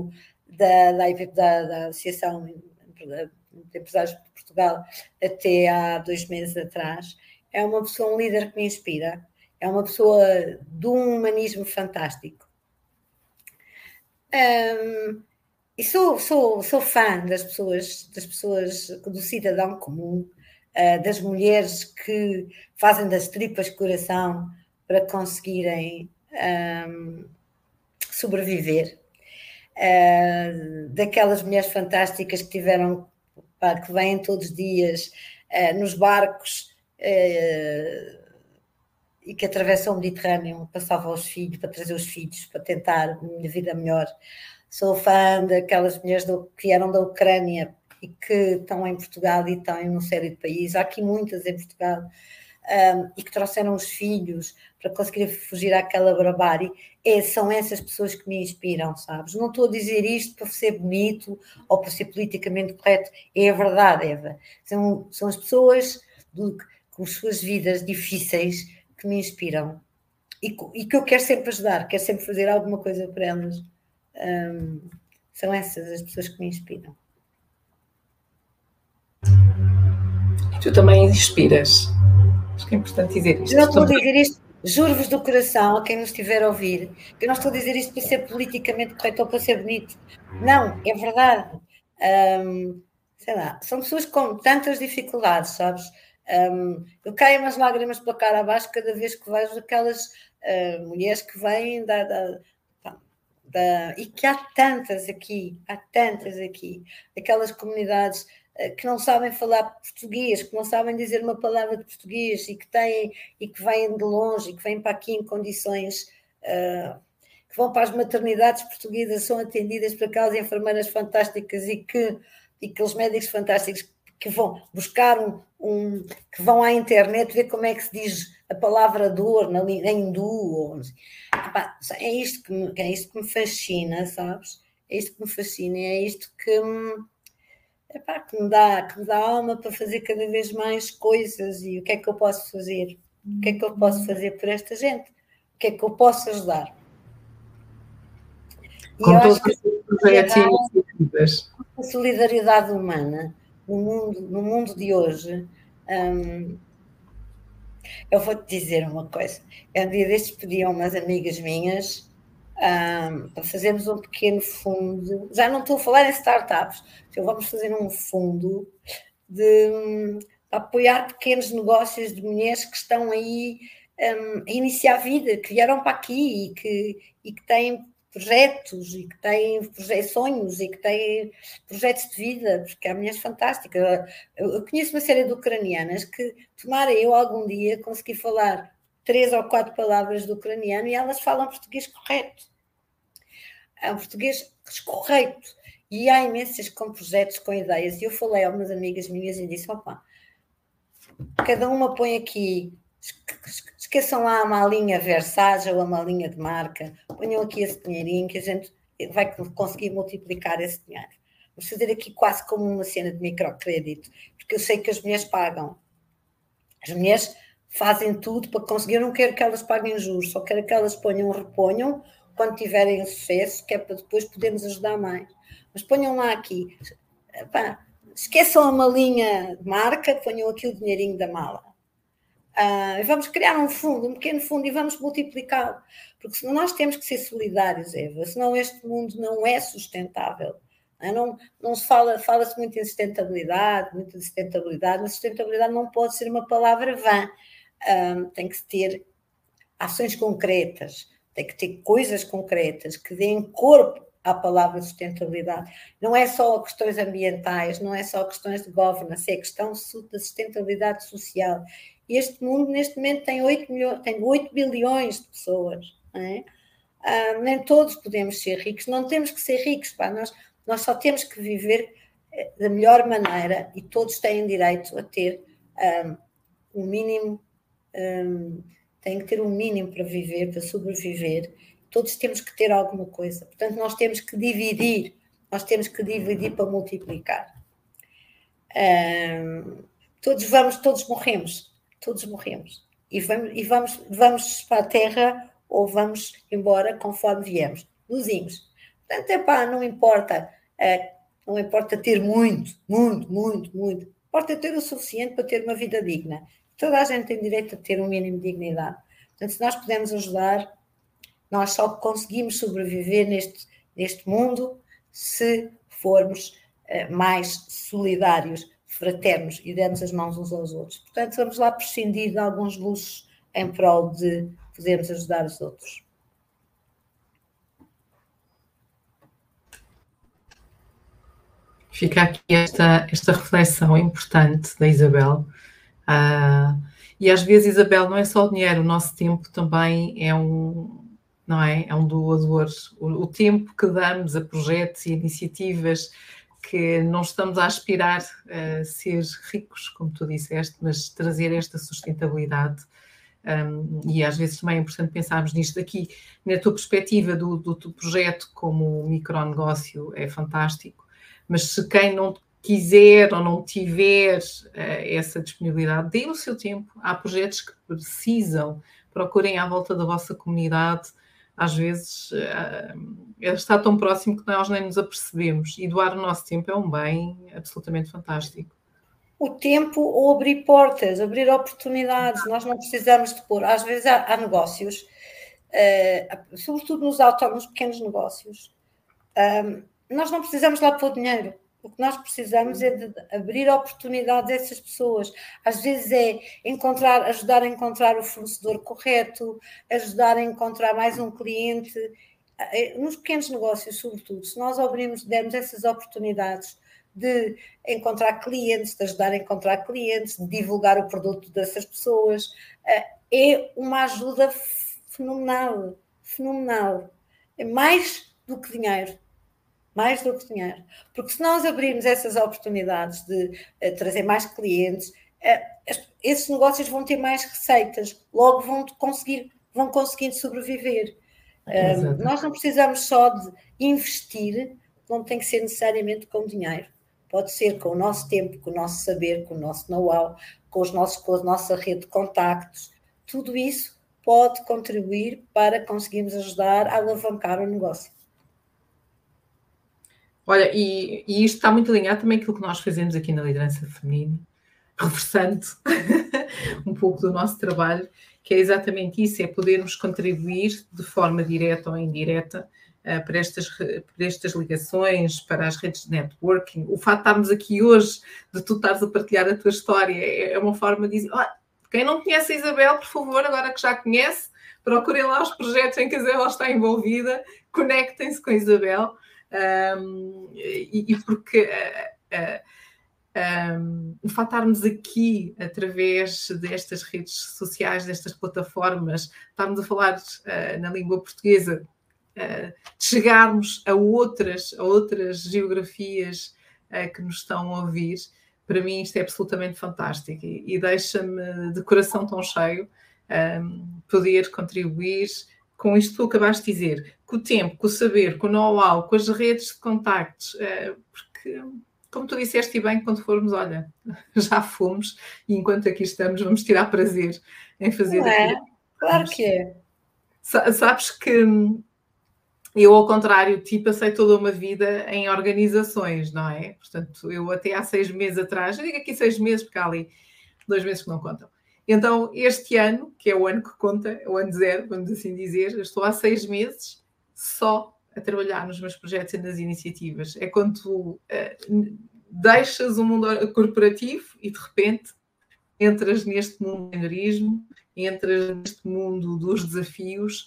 da Associação de Empresários de Portugal até há 2 meses atrás. É uma pessoa, um líder que me inspira, é uma pessoa de um humanismo fantástico. E sou fã das pessoas do cidadão comum, das mulheres que fazem das tripas coração para conseguirem sobreviver, daquelas mulheres fantásticas que que vêm todos os dias nos barcos e que atravessam o Mediterrâneo para salvar os filhos, para trazer os filhos, para tentar uma vida melhor. Sou fã daquelas mulheres que vieram da Ucrânia e que estão em Portugal e estão em uma série de países. Há aqui muitas em Portugal e que trouxeram os filhos para conseguir fugir àquela barbárie. São essas pessoas que me inspiram, sabes? Não estou a dizer isto para ser bonito ou para ser politicamente correto. É a verdade, Eva. São as pessoas com as suas vidas difíceis que me inspiram e que eu quero sempre ajudar, quero sempre fazer alguma coisa para elas. São essas as pessoas que me inspiram. Tu também inspiras. Acho que é importante dizer isto. Eu não estou a dizer isto, juro-vos do coração, a quem nos estiver a ouvir, que eu não estou a dizer isto para ser politicamente correto ou para ser bonito. Não, é verdade. Sei lá, são pessoas com tantas dificuldades, sabes? Eu caio umas lágrimas pela cara abaixo cada vez que vejo aquelas mulheres que vêm e que há tantas aqui, aquelas comunidades que não sabem falar português, que não sabem dizer uma palavra de português e que vêm de longe e que vêm para aqui em condições que vão para as maternidades portuguesas, são atendidas por aquelas enfermeiras fantásticas e aqueles médicos fantásticos que vão buscar que vão à internet ver como é que se diz a palavra dor em hindu. É isto que me fascina, sabes? É isto que me fascina, é isto que me dá alma para fazer cada vez mais coisas. E o que é que eu posso fazer? O que é que eu posso fazer por esta gente? O que é que eu posso ajudar? E eu acho que a solidariedade humana no mundo de hoje, eu vou-te dizer uma coisa. Um dia destes pediam umas amigas minhas para fazermos um pequeno fundo. Já não estou a falar em startups, então vamos fazer um fundo para apoiar pequenos negócios de mulheres que estão aí a iniciar a vida, que vieram para aqui e que têm projetos e que têm sonhos e que têm projetos de vida, porque há mulheres fantásticas. Eu conheço uma série de ucranianas que, tomara eu algum dia conseguir falar 3 ou 4 palavras do ucraniano e elas falam português correto. É um português correto. E há imensas com projetos, com ideias. E eu falei a umas amigas minhas e disse, cada uma põe aqui, esqueçam lá a malinha Versace ou a malinha de marca, ponham aqui esse dinheirinho que a gente vai conseguir multiplicar esse dinheiro. Vamos fazer aqui quase como uma cena de microcrédito, porque eu sei que as mulheres pagam. As mulheres fazem tudo para conseguir, eu não quero que elas paguem juros, só quero que elas reponham quando tiverem sucesso, que é para depois podermos ajudar mais. Mas ponham lá aqui, esqueçam a malinha de marca, ponham aqui o dinheirinho da mala. Vamos criar um pequeno fundo e vamos multiplicá-lo. Porque senão nós temos que ser solidários, Eva, senão este mundo não é sustentável. Não se fala-se muito em sustentabilidade, mas sustentabilidade não pode ser uma palavra vã. Tem que ter ações concretas, tem que ter coisas concretas que deem corpo à palavra sustentabilidade. Não é só questões ambientais, não é só questões de governance, é questão da sustentabilidade social. E este mundo, neste momento, tem 8 bilhões de pessoas. Não é? Nem todos podemos ser ricos, não temos que ser ricos. Nós só temos que viver da melhor maneira e todos têm direito a ter um mínimo, têm que ter um mínimo para viver, para sobreviver. Todos temos que ter alguma coisa. Portanto, nós temos que dividir para multiplicar. Todos morremos. E vamos para a Terra ou vamos embora conforme viemos. Nos imos. Portanto, não importa ter muito. Importa ter o suficiente para ter uma vida digna. Toda a gente tem direito a ter um mínimo de dignidade. Portanto, se nós pudermos ajudar, nós só conseguimos sobreviver neste mundo se formos mais solidários, fraternos e dermos as mãos uns aos outros. Portanto, vamos lá prescindir de alguns luxos em prol de podermos ajudar os outros. Fica aqui esta reflexão importante da Isabel. E às vezes, Isabel, não é só o dinheiro, o nosso tempo também é não é? É um doador. O tempo que damos a projetos e iniciativas que não estamos a aspirar a ser ricos, como tu disseste, mas trazer esta sustentabilidade. E às vezes também é importante pensarmos nisto aqui. Na tua perspectiva do teu projeto como micronegócio é fantástico, mas se quem quiser ou não tiver essa disponibilidade, dê o seu tempo. Há projetos que precisam, procurem à volta da vossa comunidade. Às vezes está tão próximo que nós nem nos apercebemos. E doar o nosso tempo é um bem absolutamente fantástico. O tempo ou abrir portas, abrir oportunidades. Nós não precisamos de pôr. Às vezes há negócios, sobretudo nos pequenos negócios, nós não precisamos lá pôr dinheiro. O que nós precisamos é de abrir oportunidades a essas pessoas. Às vezes é ajudar a encontrar o fornecedor correto, ajudar a encontrar mais um cliente. Nos pequenos negócios, sobretudo, se nós dermos essas oportunidades de encontrar clientes, de ajudar a encontrar clientes, de divulgar o produto dessas pessoas, é uma ajuda fenomenal, fenomenal. É mais do que dinheiro. Mais do que dinheiro. Porque se nós abrirmos essas oportunidades de trazer mais clientes, esses negócios vão ter mais receitas, logo vão conseguindo sobreviver. Nós não precisamos só de investir, não tem que ser necessariamente com dinheiro. Pode ser com o nosso tempo, com o nosso saber, com o nosso know-how, com a nossa rede de contactos. Tudo isso pode contribuir para conseguirmos ajudar a alavancar o negócio. Olha, e isto está muito alinhado também com aquilo que nós fazemos aqui na Liderança Feminina, reforçando um pouco do nosso trabalho, que é exatamente isso, é podermos contribuir de forma direta ou indireta para estas ligações, para as redes de networking. O fato de estarmos aqui hoje, de tu estares a partilhar a tua história, é uma forma de dizer, quem não conhece a Isabel, por favor, agora que já conhece, procurem lá os projetos em que a Isabel está envolvida, conectem-se com a Isabel, porque o fato de estarmos aqui através destas redes sociais, destas plataformas, estarmos a falar na língua portuguesa, de chegarmos a outras geografias que nos estão a ouvir, para mim isto é absolutamente fantástico e deixa-me de coração tão cheio poder contribuir com isto que tu acabaste de dizer, com o tempo, com o saber, com o know-how, com as redes de contactos, porque, como tu disseste e bem, quando formos, olha, já fomos, e enquanto aqui estamos, vamos tirar prazer em fazer aquilo. Claro que é. Sabes que eu, ao contrário de ti, passei toda uma vida em organizações, não é? Portanto, eu até há 6 meses atrás, eu digo aqui 6 meses, porque há ali 2 meses que não contam. Então, este ano, que é o ano que conta, é o ano zero, vamos assim dizer, eu estou há 6 meses só a trabalhar nos meus projetos e nas iniciativas. É quando tu deixas o mundo corporativo e, de repente, entras neste mundo do empreendedorismo, entras neste mundo dos desafios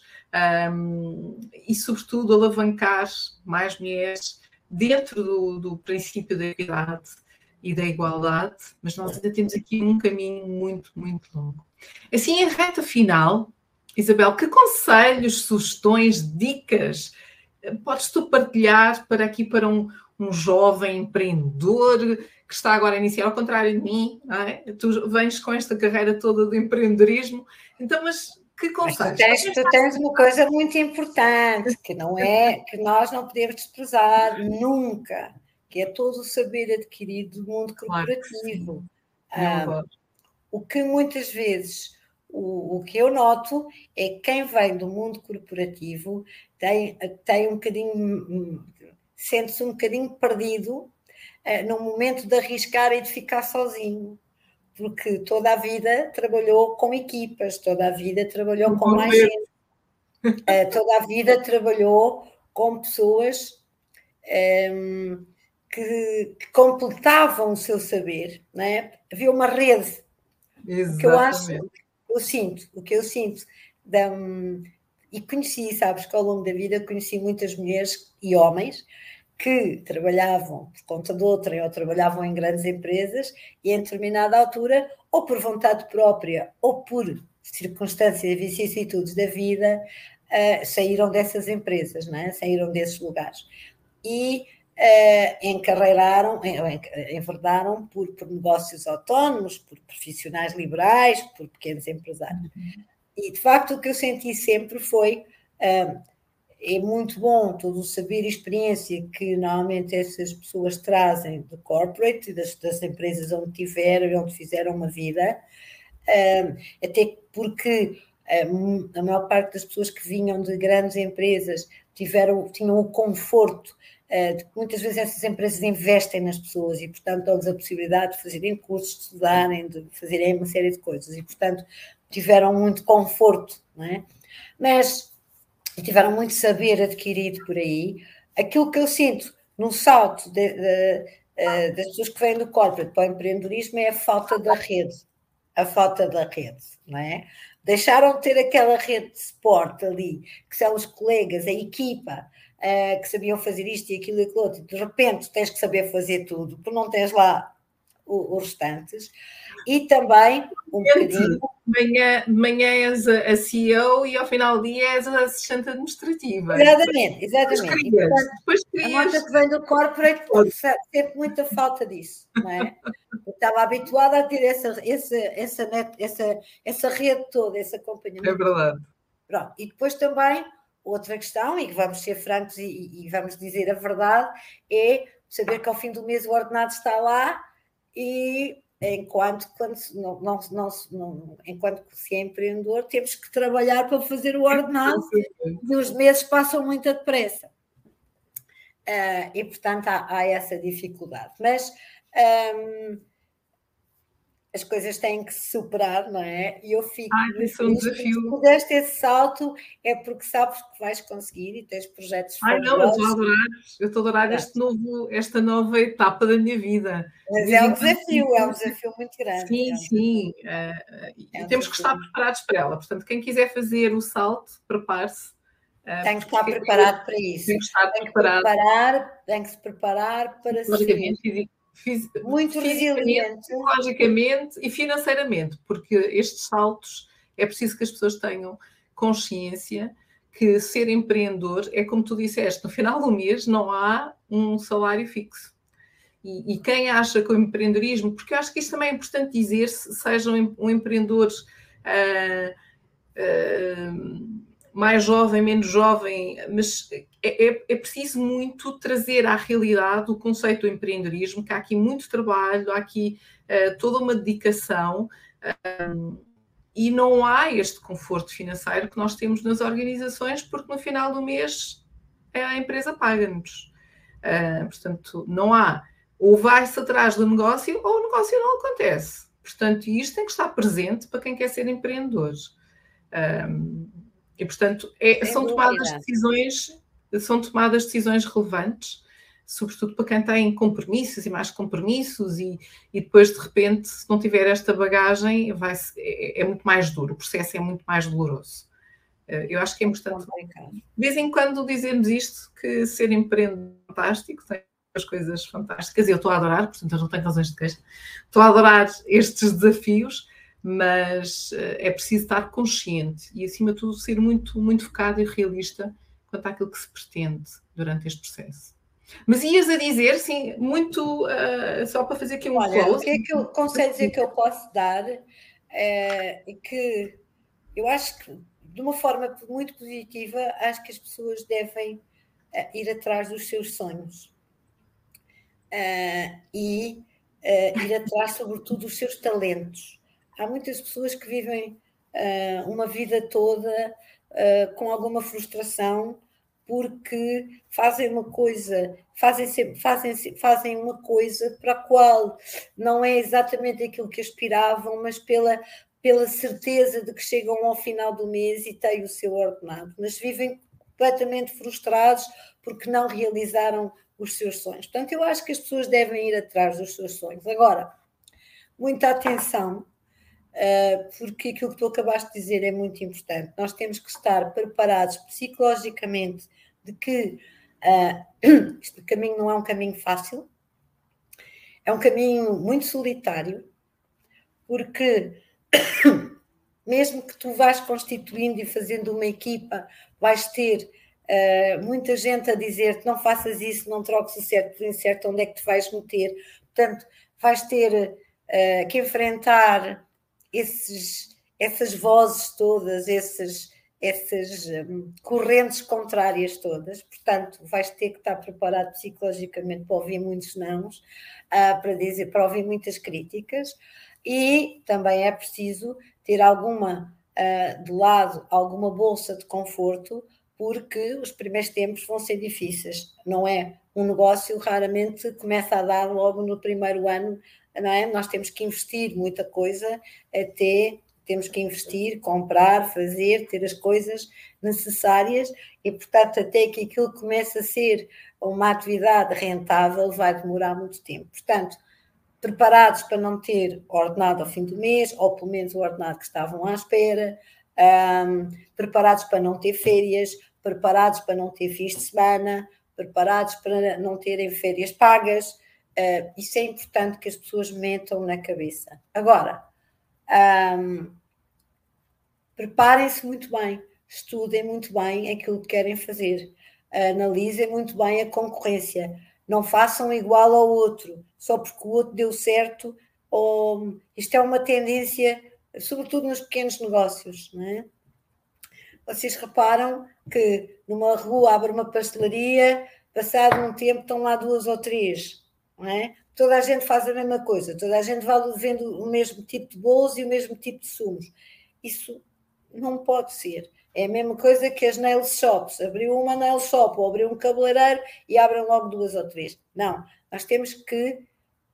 e, sobretudo, alavancar mais mulheres dentro do princípio da equidade e da igualdade, mas nós ainda temos aqui um caminho muito, muito longo. Assim, em reta final, Isabel, que conselhos, sugestões, dicas podes tu partilhar para um jovem empreendedor que está agora a iniciar, ao contrário de mim, não é? Tu vens com esta carreira toda de empreendedorismo, então, mas que conselhos? Tu tens uma coisa muito importante, que nós não podemos desprezar nunca, que é todo o saber adquirido do mundo corporativo. O que muitas vezes, o que eu noto é que quem vem do mundo corporativo tem um bocadinho, sente-se um bocadinho perdido no momento de arriscar e de ficar sozinho, porque toda a vida trabalhou com equipas, toda a vida trabalhou com mais gente, toda a vida trabalhou com pessoas que completavam o seu saber, não é? Havia uma rede. Exatamente. O que eu sinto e conheci, sabes que ao longo da vida conheci muitas mulheres e homens que trabalhavam por conta de outrem ou trabalhavam em grandes empresas e em determinada altura, ou por vontade própria ou por circunstâncias e vicissitudes da vida, saíram dessas empresas, não é? Saíram desses lugares e enverdaram por negócios autónomos, por profissionais liberais, por pequenos empresários. E, de facto, o que eu senti sempre foi... é muito bom todo o saber e experiência que normalmente essas pessoas trazem do corporate e das empresas onde tiveram e onde fizeram uma vida, até porque a maior parte das pessoas que vinham de grandes empresas tinham o conforto de que muitas vezes essas empresas investem nas pessoas e, portanto, dão-lhes a possibilidade de fazerem cursos, de estudarem, de fazerem uma série de coisas e, portanto, tiveram muito conforto, não é? Mas tiveram muito saber adquirido por aí. Aquilo que eu sinto no salto das pessoas que vêm do corporate para o empreendedorismo é a falta da rede. A falta da rede, não é? Deixaram de ter aquela rede de suporte ali, que são os colegas, a equipa, que sabiam fazer isto e aquilo e aquilo outro. De repente tens que saber fazer tudo, porque não tens lá os restantes. E também um bocadinho... De manhã és a CEO e ao final do dia és a assistente administrativa. Exatamente. Depois a malta que vem do corporate sente muita falta disso, não é? Eu estava habituada a ter essa rede toda, esse acompanhamento. É verdade. Pronto. E depois também, outra questão, e vamos ser francos e vamos dizer a verdade, é saber que ao fim do mês o ordenado está lá e enquanto se é empreendedor temos que trabalhar para fazer o ordenado e os meses passam muito depressa. E portanto há essa dificuldade. Mas as coisas têm que se superar, não é? E eu fico muito feliz. Se pudeste esse salto, é porque sabes que vais conseguir e tens projetos fabulosos. Eu estou a adorar esta nova etapa da minha vida. Mas é um desafio muito grande. Sim. E temos que estar preparados para ela. Portanto, quem quiser fazer o salto, prepare-se. Tem que estar preparado para isso. Tem que se preparar para ser muito resiliente, psicologicamente e financeiramente, porque estes saltos é preciso que as pessoas tenham consciência que ser empreendedor é como tu disseste, no final do mês não há um salário fixo. E quem acha que o empreendedorismo, porque eu acho que isto também é importante dizer, sejam um empreendedor mais jovem, menos jovem, mas é preciso muito trazer à realidade o conceito do empreendedorismo, que há aqui muito trabalho, há aqui toda uma dedicação e não há este conforto financeiro que nós temos nas organizações, porque no final do mês a empresa paga-nos. Portanto, não há. Ou vai-se atrás do negócio ou o negócio não acontece. Portanto, isto tem que estar presente para quem quer ser empreendedor. E, portanto, são tomadas decisões relevantes, sobretudo para quem tem compromissos e mais compromissos e depois, de repente, se não tiver esta bagagem, é muito mais duro, o processo é muito mais doloroso. Eu acho que é importante, de vez em quando, dizermos isto, que ser empreendedor é fantástico, tem as coisas fantásticas, e eu estou a adorar, portanto, eu não tenho razões de queixa, estou a adorar estes desafios, mas é preciso estar consciente e, acima de tudo, ser muito, muito focado e realista quanto àquilo que se pretende durante este processo. Mas ias a dizer, sim, muito, só para fazer aqui um close. O que é que conselhos é que eu posso dar? Que eu acho que, de uma forma muito positiva, acho que as pessoas devem ir atrás dos seus sonhos e ir atrás, sobretudo, dos seus talentos. Há muitas pessoas que vivem uma vida toda com alguma frustração porque fazem uma coisa, fazem uma coisa para a qual não é exatamente aquilo que aspiravam, mas pela certeza de que chegam ao final do mês e têm o seu ordenado, mas vivem completamente frustrados porque não realizaram os seus sonhos. Portanto, eu acho que as pessoas devem ir atrás dos seus sonhos. Agora, muita atenção, porque aquilo que tu acabaste de dizer é muito importante. Nós temos que estar preparados psicologicamente de que este caminho não é um caminho fácil, é um caminho muito solitário, porque mesmo que tu vás constituindo e fazendo uma equipa, vais ter muita gente a dizer-te não faças isso, não troques o certo pelo incerto, onde é que te vais meter. Portanto, vais ter que enfrentar essas vozes todas, essas correntes contrárias todas. Portanto, vais ter que estar preparado psicologicamente para ouvir muitos nãos, para ouvir muitas críticas, e também é preciso ter de lado alguma bolsa de conforto, porque os primeiros tempos vão ser difíceis, não é? Um negócio raramente começa a dar logo no primeiro ano, não é? Nós temos que investir muita coisa, temos que investir, comprar, fazer, ter as coisas necessárias, e, portanto, até que aquilo comece a ser uma atividade rentável, vai demorar muito tempo. Portanto, preparados para não ter ordenado ao fim do mês, ou pelo menos o ordenado que estavam à espera, preparados para não ter férias, preparados para não ter fins de semana, preparados para não terem férias pagas. Isso é importante que as pessoas metam na cabeça. Agora, preparem-se muito bem, estudem muito bem aquilo que querem fazer, analisem muito bem a concorrência. Não façam igual ao outro, só porque o outro deu certo. Isto é uma tendência, sobretudo nos pequenos negócios, não é? Vocês reparam que numa rua abre uma pastelaria, passado um tempo estão lá 2 ou 3, não é? Toda a gente faz a mesma coisa, toda a gente vai vendo o mesmo tipo de bolos e o mesmo tipo de sumos. Isso não pode ser. É a mesma coisa que as nail shops. Abriu uma nail shop ou abriu um cabeleireiro e abrem logo 2 ou 3. Não, nós temos que...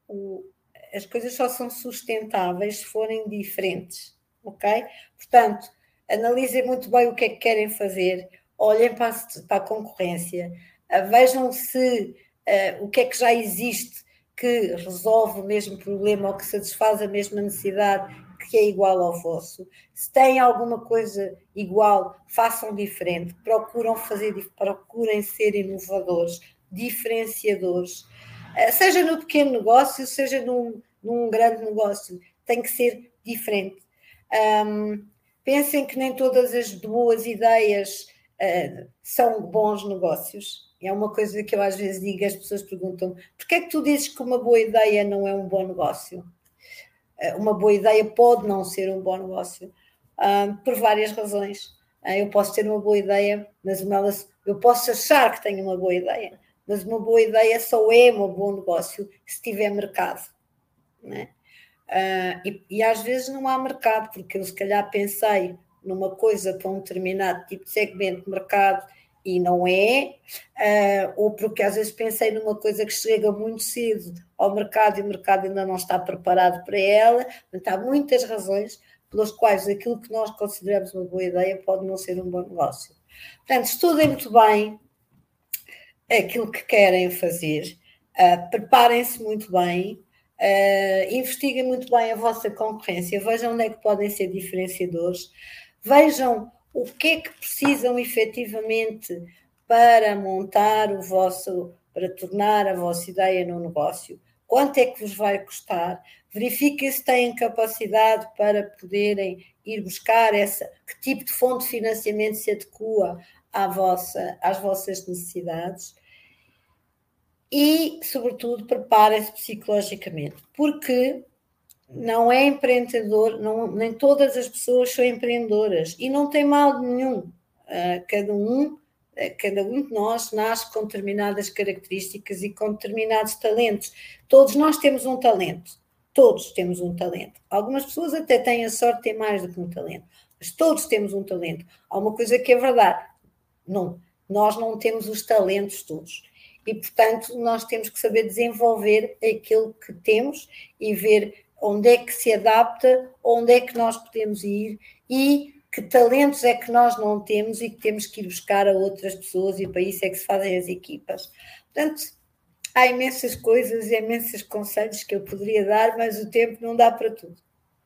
As coisas só são sustentáveis se forem diferentes, ok? Portanto, analisem muito bem o que é que querem fazer, olhem para a concorrência, vejam se o que é que já existe que resolve o mesmo problema ou que satisfaz a mesma necessidade, que é igual ao vosso. Se têm alguma coisa igual, façam diferente, procurem ser inovadores, diferenciadores, seja no pequeno negócio, seja num grande negócio, tem que ser diferente. Pensem que nem todas as boas ideias são bons negócios. É uma coisa que eu às vezes digo, as pessoas perguntam: porquê é que tu dizes que uma boa ideia não é um bom negócio? Uma boa ideia pode não ser um bom negócio, por várias razões. Eu posso ter uma boa ideia, mas eu posso achar que tenho uma boa ideia, mas uma boa ideia só é um bom negócio se tiver mercado, não é? E às vezes não há mercado, porque eu se calhar pensei numa coisa para um determinado tipo de segmento de mercado e não é, ou porque às vezes pensei numa coisa que chega muito cedo ao mercado e o mercado ainda não está preparado para ela. Portanto, há muitas razões pelas quais aquilo que nós consideramos uma boa ideia pode não ser um bom negócio. Portanto, estudem muito bem aquilo que querem fazer, preparem-se muito bem, investiguem muito bem a vossa concorrência, vejam onde é que podem ser diferenciadores, vejam o que é que precisam efetivamente para montar para tornar a vossa ideia num negócio, quanto é que vos vai custar, verifiquem se têm capacidade para poderem ir buscar que tipo de fonte de financiamento se adequa às vossas necessidades e, sobretudo, preparem-se psicologicamente, porque não é empreendedor, nem todas as pessoas são empreendedoras e não tem mal nenhum. Cada um de nós nasce com determinadas características e com determinados talentos. Todos nós temos um talento. Todos temos um talento. Algumas pessoas até têm a sorte de ter mais do que um talento, mas todos temos um talento. Há uma coisa que é verdade. Não, nós não temos os talentos todos. E, portanto, nós temos que saber desenvolver aquilo que temos e ver onde é que se adapta, onde é que nós podemos ir e que talentos é que nós não temos e que temos que ir buscar a outras pessoas, e para isso é que se fazem as equipas. Portanto, há imensas coisas e imensos conselhos que eu poderia dar, mas o tempo não dá para tudo.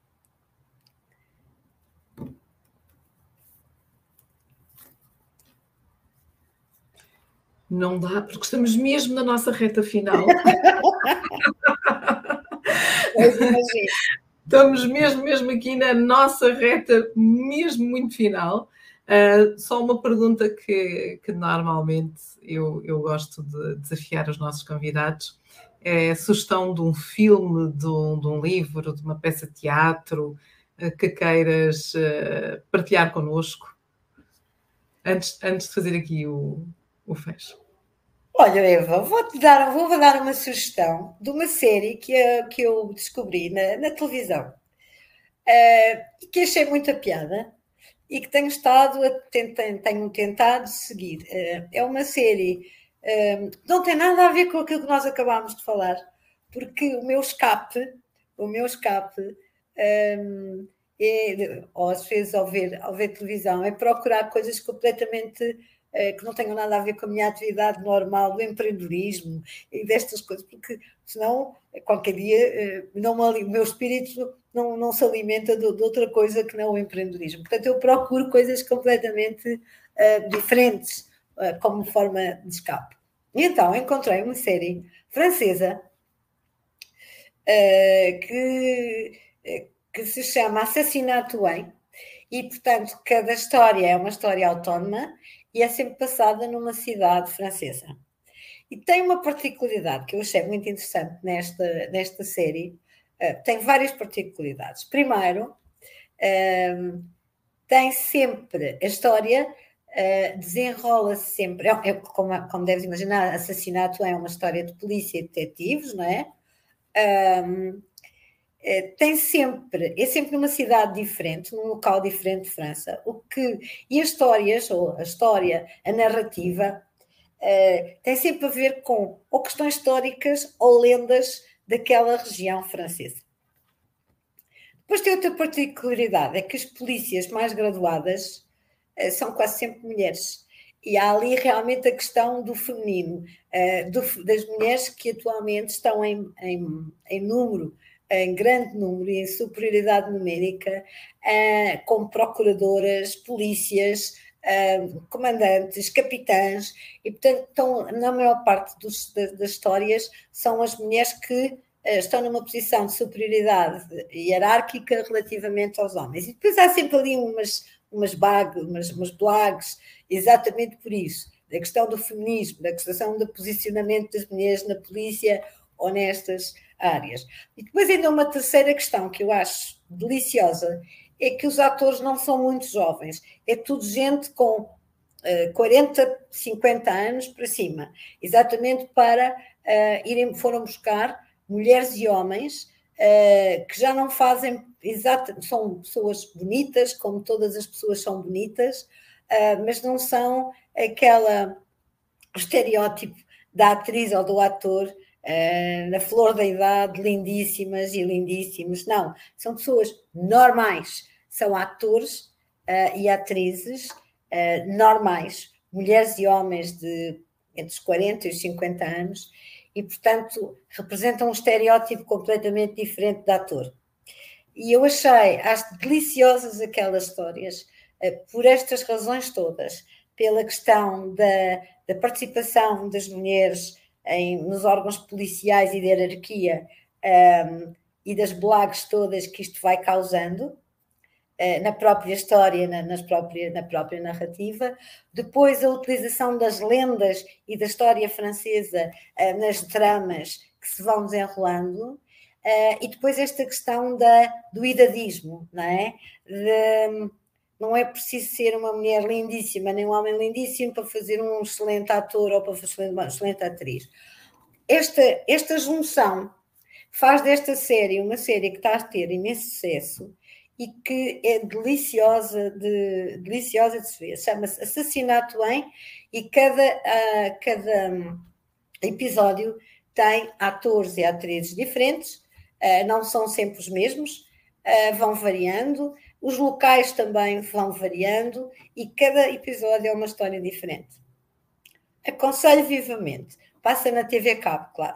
Não dá, porque estamos mesmo na nossa reta final. Pois imagino. Estamos mesmo aqui na nossa reta, mesmo muito final. Só uma pergunta que normalmente eu gosto de desafiar os nossos convidados. É a sugestão de um filme, de um livro, de uma peça de teatro que queiras partilhar connosco. antes de fazer aqui o fecho. Olha, Eva, vou dar uma sugestão de uma série que eu descobri na televisão e que achei muita piada e que tenho tentado seguir. É uma série que não tem nada a ver com aquilo que nós acabámos de falar, porque o meu escape ou às vezes ao ver televisão, é procurar coisas completamente que não tenham nada a ver com a minha atividade normal do empreendedorismo e destas coisas, porque senão qualquer dia o meu espírito não se alimenta de outra coisa que não o empreendedorismo. Portanto, eu procuro coisas completamente diferentes como forma de escape. E então encontrei uma série francesa que se chama Assassinato em, e, portanto, cada história é uma história autónoma e é sempre passada numa cidade francesa. E tem uma particularidade que eu achei muito interessante nesta série. Tem várias particularidades. Primeiro, tem sempre a história, desenrola-se sempre, como deves imaginar, Assassinato é uma história de polícia e detetives, não é? É sempre numa cidade diferente, num local diferente de França, e as histórias, ou a história, a narrativa, tem sempre a ver com ou questões históricas ou lendas daquela região francesa. Depois tem outra particularidade, é que as polícias mais graduadas são quase sempre mulheres. E há ali realmente a questão do feminino, das mulheres que atualmente estão em número, em grande número e em superioridade numérica, como procuradoras, polícias, comandantes, capitães, e portanto na maior parte das histórias são as mulheres que estão numa posição de superioridade hierárquica relativamente aos homens. E depois há sempre ali umas blagues, exatamente por isso, da questão do feminismo, da questão do posicionamento das mulheres na polícia ou nestas áreas. E depois ainda uma terceira questão que eu acho deliciosa, é que os atores não são muito jovens, é tudo gente com 40, 50 anos para cima, exatamente para foram buscar mulheres e homens que já não fazem, são pessoas bonitas, como todas as pessoas são bonitas, mas não são o estereótipo da atriz ou do ator na flor da idade, lindíssimas e lindíssimos. Não, são pessoas normais, são atores e atrizes normais, mulheres e homens entre os 40 e os 50 anos, e, portanto, representam um estereótipo completamente diferente de ator. E eu acho deliciosas aquelas histórias, por estas razões todas, pela questão da participação das mulheres nos órgãos policiais e de hierarquia, e das blagues todas que isto vai causando, na própria história, na própria narrativa. Depois a utilização das lendas e da história francesa nas tramas que se vão desenrolando, e depois esta questão do idadismo, não é? Não é preciso ser uma mulher lindíssima, nem um homem lindíssimo para fazer um excelente ator ou para fazer uma excelente atriz. Esta junção faz desta série uma série que está a ter imenso sucesso e que é deliciosa de se ver. Chama-se Assassinato em, e cada episódio tem atores e atrizes diferentes, não são sempre os mesmos, vão variando, os locais também vão variando e cada episódio é uma história diferente. Aconselho vivamente. Passa na TV Cabo, claro.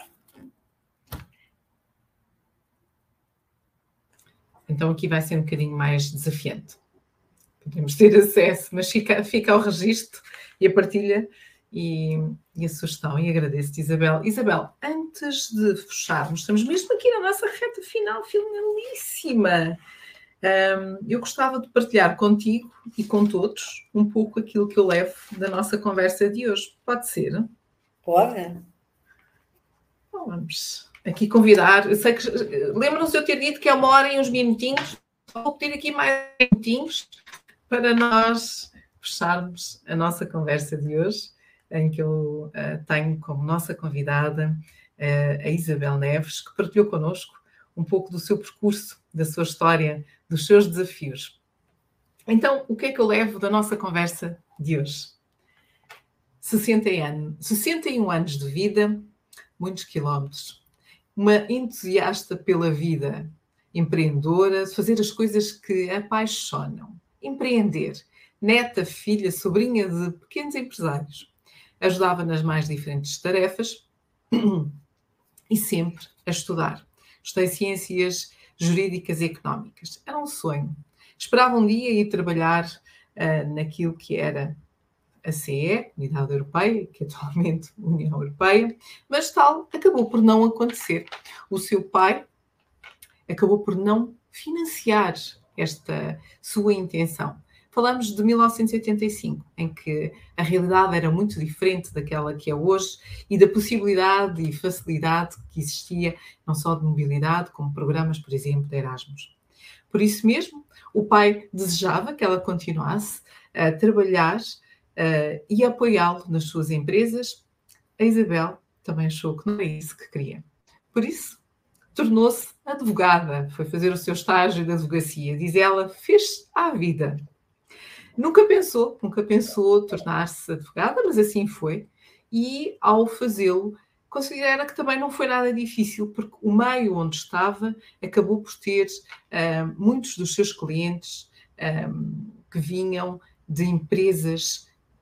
Então aqui vai ser um bocadinho mais desafiante. Podemos ter acesso, mas fica ao registro e a partilha e a sugestão. E agradeço-te, Isabel. Isabel, antes de fecharmos, estamos mesmo aqui na nossa reta final, finalíssima. Eu gostava de partilhar contigo e com todos um pouco aquilo que eu levo da nossa conversa de hoje. Pode ser? Pode. Então, vamos aqui convidar. Eu sei que lembram-se de eu ter dito que é 1 hora e uns minutinhos. Vou pedir aqui mais minutinhos para nós fecharmos a nossa conversa de hoje, em que eu tenho como nossa convidada a Isabel Neves, que partilhou connosco um pouco do seu percurso, da sua história, dos seus desafios. Então, o que é que eu levo da nossa conversa de hoje? 61 anos de vida, muitos quilómetros. Uma entusiasta pela vida, empreendedora, fazer as coisas que apaixonam. Empreender. Neta, filha, sobrinha de pequenos empresários. Ajudava nas mais diferentes tarefas e sempre a estudar. Estudei ciências jurídicas e económicas. Era um sonho. Esperava um dia ir trabalhar naquilo que era a CE, Unidade Europeia, que é atualmente União Europeia, mas tal acabou por não acontecer. O seu pai acabou por não financiar esta sua intenção. Falamos de 1985, em que a realidade era muito diferente daquela que é hoje e da possibilidade e facilidade que existia, não só de mobilidade, como programas, por exemplo, de Erasmus. Por isso mesmo, o pai desejava que ela continuasse a trabalhar e apoiá-lo nas suas empresas. A Isabel também achou que não era isso que queria. Por isso, tornou-se advogada, foi fazer o seu estágio de advocacia. Diz ela, fez à vida. Nunca pensou tornar-se advogada, mas assim foi. E, ao fazê-lo, considera que também não foi nada difícil, porque o meio onde estava acabou por ter muitos dos seus clientes que vinham de empresas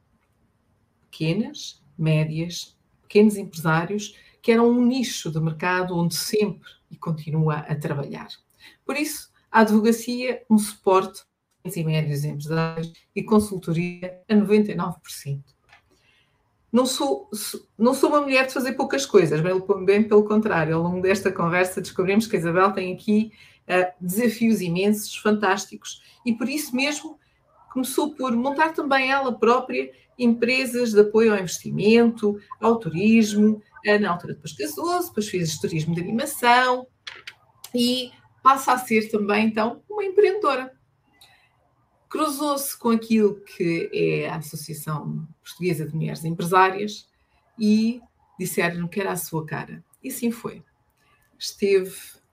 pequenas, médias, pequenos empresários, que eram um nicho de mercado onde sempre e continua a trabalhar. Por isso, a advocacia, um suporte a pequenos e médios empresários e consultoria a 99%. Não sou uma mulher de fazer poucas coisas, bem pelo contrário. Ao longo desta conversa descobrimos que a Isabel tem aqui desafios imensos, fantásticos, e por isso mesmo começou por montar também ela própria empresas de apoio ao investimento, ao turismo. Na altura depois casou-se, depois fez turismo de animação e passa a ser também, então, uma empreendedora. Cruzou-se com aquilo que é a Associação Portuguesa de Mulheres Empresárias e disseram que era a sua cara. E assim foi. Esteve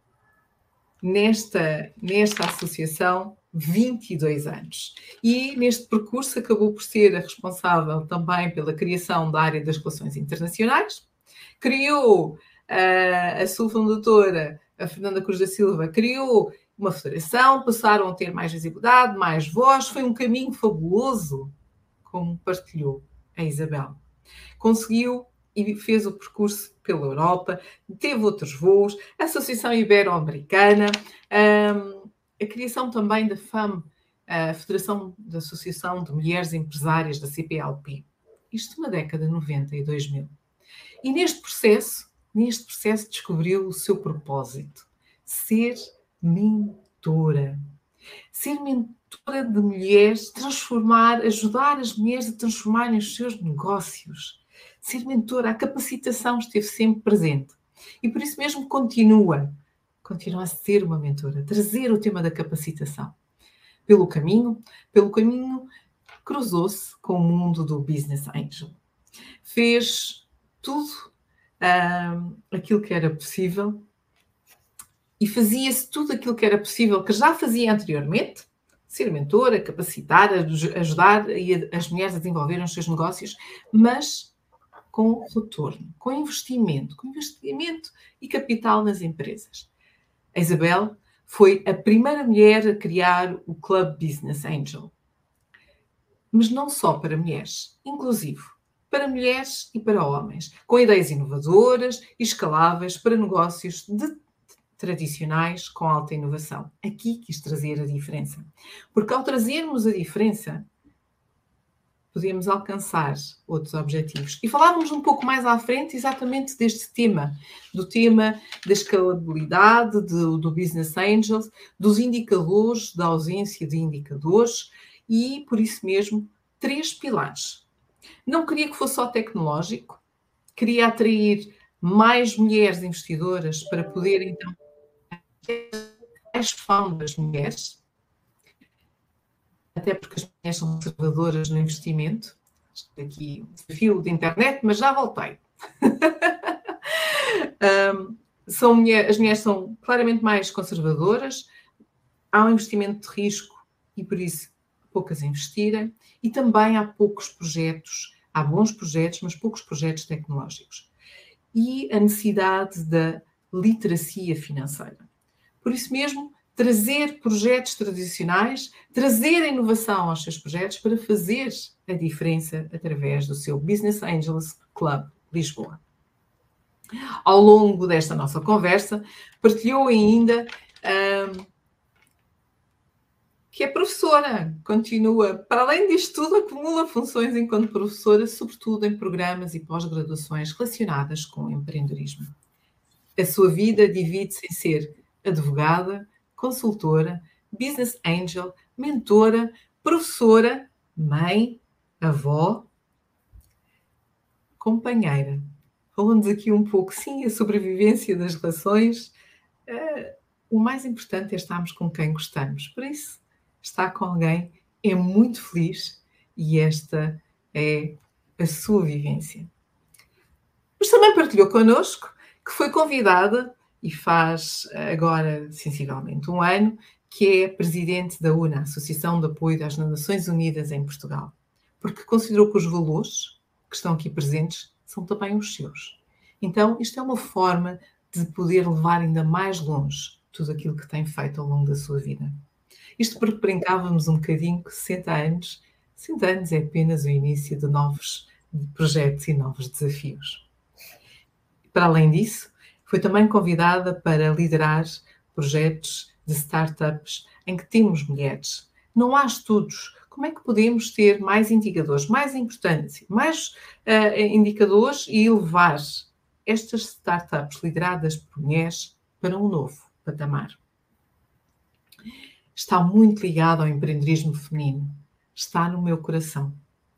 nesta associação 22 anos. E neste percurso acabou por ser a responsável também pela criação da área das relações internacionais. Criou a sua fundadora, a Fernanda Cruz da Silva, criou uma federação, passaram a ter mais visibilidade, mais voz. Foi um caminho fabuloso, como partilhou a Isabel. Conseguiu e fez o percurso pela Europa, teve outros voos, a Associação Ibero-Americana, a criação também da FAM, a Federação da Associação de Mulheres Empresárias, da CPLP. Isto na década de 90 e 2000. E neste processo descobriu o seu propósito, ser mentora. Ser mentora de mulheres, ajudar as mulheres a transformarem os seus negócios. Ser mentora, a capacitação esteve sempre presente. E por isso mesmo continua a ser uma mentora, trazer o tema da capacitação. Pelo caminho, cruzou-se com o mundo do Business Angel. Fez tudo aquilo que era possível e fazia-se tudo aquilo que era possível, que já fazia anteriormente, ser mentora, capacitar, ajudar as mulheres a desenvolverem os seus negócios, mas com retorno, com investimento e capital nas empresas. A Isabel foi a primeira mulher a criar o Club Business Angel. Mas não só para mulheres, inclusive para mulheres e para homens, com ideias inovadoras e escaláveis para negócios tradicionais com alta inovação. Aqui quis trazer a diferença. Porque ao trazermos a diferença, podemos alcançar outros objetivos. E falávamos um pouco mais à frente exatamente deste tema, do tema da escalabilidade, do Business Angels, dos indicadores, da ausência de indicadores e, por isso mesmo, 3 pilares. Não queria que fosse só tecnológico, queria atrair mais mulheres investidoras para poder, então, mais founders mulheres. até porque as mulheres são conservadoras no investimento. Aqui um desafio de internet, mas já voltei. As mulheres são claramente mais conservadoras, há um investimento de risco e, por isso, poucas investirem, e também há poucos projetos, há bons projetos, mas poucos projetos tecnológicos. E a necessidade da literacia financeira. Por isso mesmo, trazer projetos tradicionais, trazer a inovação aos seus projetos para fazer a diferença através do seu Business Angels Club Lisboa. Ao longo desta nossa conversa, partilhou ainda que é professora, continua, para além disto tudo, acumula funções enquanto professora, sobretudo em programas e pós-graduações relacionadas com o empreendedorismo. A sua vida divide-se em ser advogada, consultora, business angel, mentora, professora, mãe, avó, companheira. Falamos aqui um pouco, sim, a sobrevivência das relações. O mais importante é estarmos com quem gostamos. Por isso, estar com alguém é muito feliz e esta é a sua vivência. Mas também partilhou connosco que foi convidada, e faz agora sensivelmente um ano, que é presidente da UNA, Associação de Apoio das Nações Unidas em Portugal, porque considerou que os valores que estão aqui presentes são também os seus. Então, isto é uma forma de poder levar ainda mais longe tudo aquilo que tem feito ao longo da sua vida. Isto porque brincávamos um bocadinho que 60 anos é apenas o início de novos projetos e novos desafios. Para além disso, foi também convidada para liderar projetos de startups em que temos mulheres. Não há estudos. Como é que podemos ter mais indicadores, mais importância, mais indicadores e levar estas startups lideradas por mulheres para um novo patamar? Está muito ligado ao empreendedorismo feminino. Está no meu coração.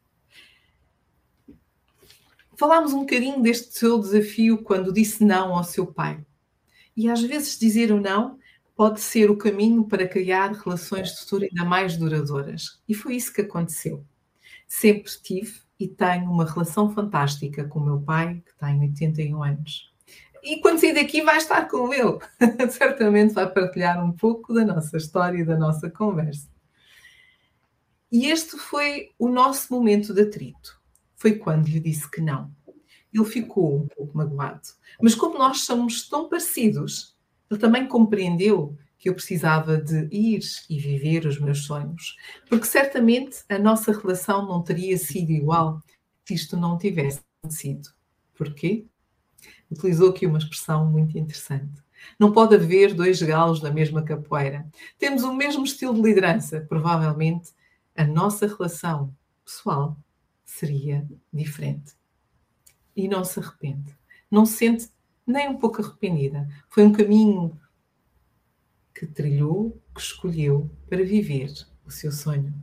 Falámos um bocadinho deste seu desafio quando disse não ao seu pai. E às vezes dizer o não pode ser o caminho para criar relações de futuro ainda mais duradouras. E foi isso que aconteceu. Sempre tive e tenho uma relação fantástica com o meu pai, que tem 81 anos. E quando sair daqui vai estar com ele. Certamente vai partilhar um pouco da nossa história e da nossa conversa. E este foi o nosso momento de atrito. Foi quando lhe disse que não. Ele ficou um pouco magoado. Mas como nós somos tão parecidos, ele também compreendeu que eu precisava de ir e viver os meus sonhos. Porque certamente a nossa relação não teria sido igual se isto não tivesse sido. Porquê? Utilizou aqui uma expressão muito interessante. Não pode haver dois galos da mesma capoeira. Temos o mesmo estilo de liderança. Provavelmente a nossa relação pessoal seria diferente. E não se arrepende. Não se sente nem um pouco arrependida. Foi um caminho que trilhou, que escolheu para viver o seu sonho.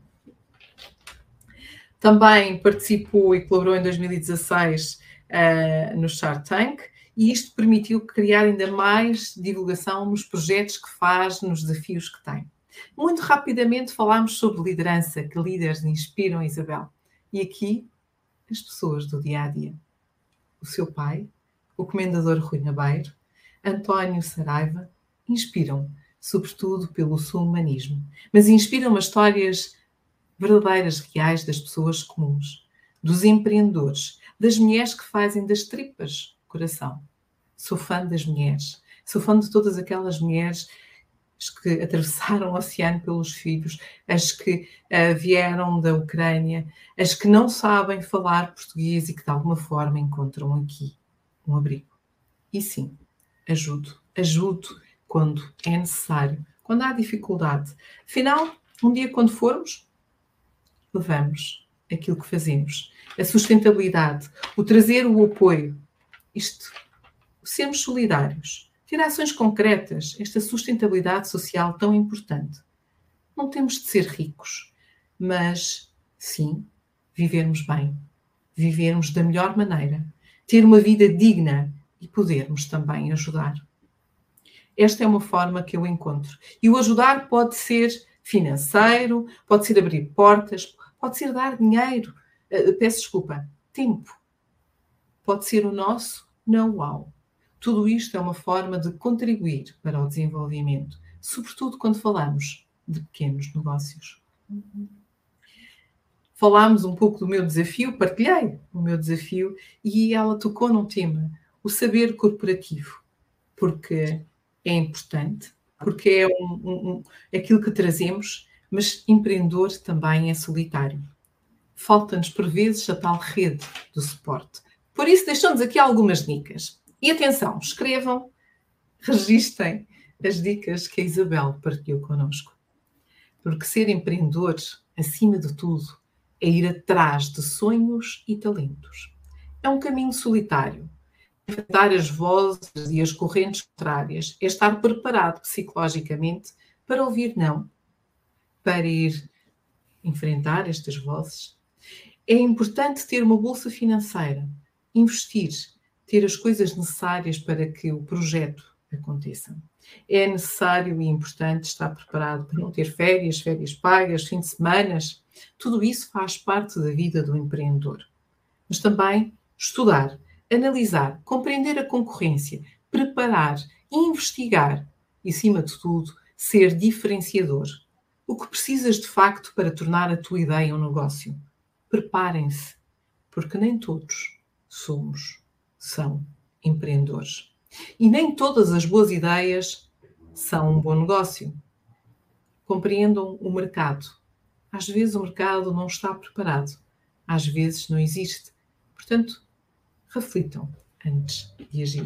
Também participou e colaborou em 2016 no Shark Tank, e isto permitiu criar ainda mais divulgação nos projetos que faz, nos desafios que tem. Muito rapidamente falámos sobre liderança, que líderes inspiram a Isabel. E aqui, as pessoas do dia-a-dia. O seu pai, o comendador Rui Nabeiro, António Saraiva, inspiram, sobretudo pelo seu humanismo, mas inspiram as histórias verdadeiras, reais das pessoas comuns, dos empreendedores, das mulheres que fazem das tripas coração. Sou fã das mulheres, sou fã de todas aquelas mulheres que atravessaram o oceano pelos filhos, as que vieram da Ucrânia, as que não sabem falar português e que de alguma forma encontram aqui um abrigo. E sim, ajudo quando é necessário, quando há dificuldade. Afinal, um dia quando formos, levamos aquilo que fazemos. A sustentabilidade, o trazer o apoio, isto, o sermos solidários. Ter ações concretas, esta sustentabilidade social tão importante. Não temos de ser ricos, mas sim, vivermos bem, vivermos da melhor maneira, ter uma vida digna e podermos também ajudar. Esta é uma forma que eu encontro. E o ajudar pode ser financeiro, pode ser abrir portas, pode ser dar dinheiro, peço desculpa, tempo. Pode ser o nosso know-how. Tudo isto é uma forma de contribuir para o desenvolvimento, sobretudo quando falamos de pequenos negócios. Falámos um pouco do meu desafio, partilhei o meu desafio e ela tocou num tema, o saber corporativo, porque é importante, porque é aquilo que trazemos, mas empreendedor também é solitário. Falta-nos, por vezes, a tal rede do suporte. Por isso, deixamos aqui algumas dicas. E atenção, escrevam, registem as dicas que a Isabel partilhou connosco. Porque ser empreendedor, acima de tudo, é ir atrás de sonhos e talentos. É um caminho solitário. Enfrentar as vozes e as correntes contrárias é estar preparado psicologicamente para ouvir não, para ir enfrentar estas vozes. É importante ter uma bolsa financeira, investir, ter as coisas necessárias para que o projeto aconteça. É necessário e importante estar preparado para não ter férias pagas, fim de semana. Tudo isso faz parte da vida do empreendedor. Mas também estudar, analisar, compreender a concorrência, preparar, investigar e, acima de tudo, ser diferenciador. O que precisas de facto para tornar a tua ideia um negócio? Preparem-se, porque nem todos são empreendedores. E nem todas as boas ideias são um bom negócio. Compreendam o mercado. Às vezes o mercado não está preparado. Às vezes não existe. Portanto, reflitam antes de agir.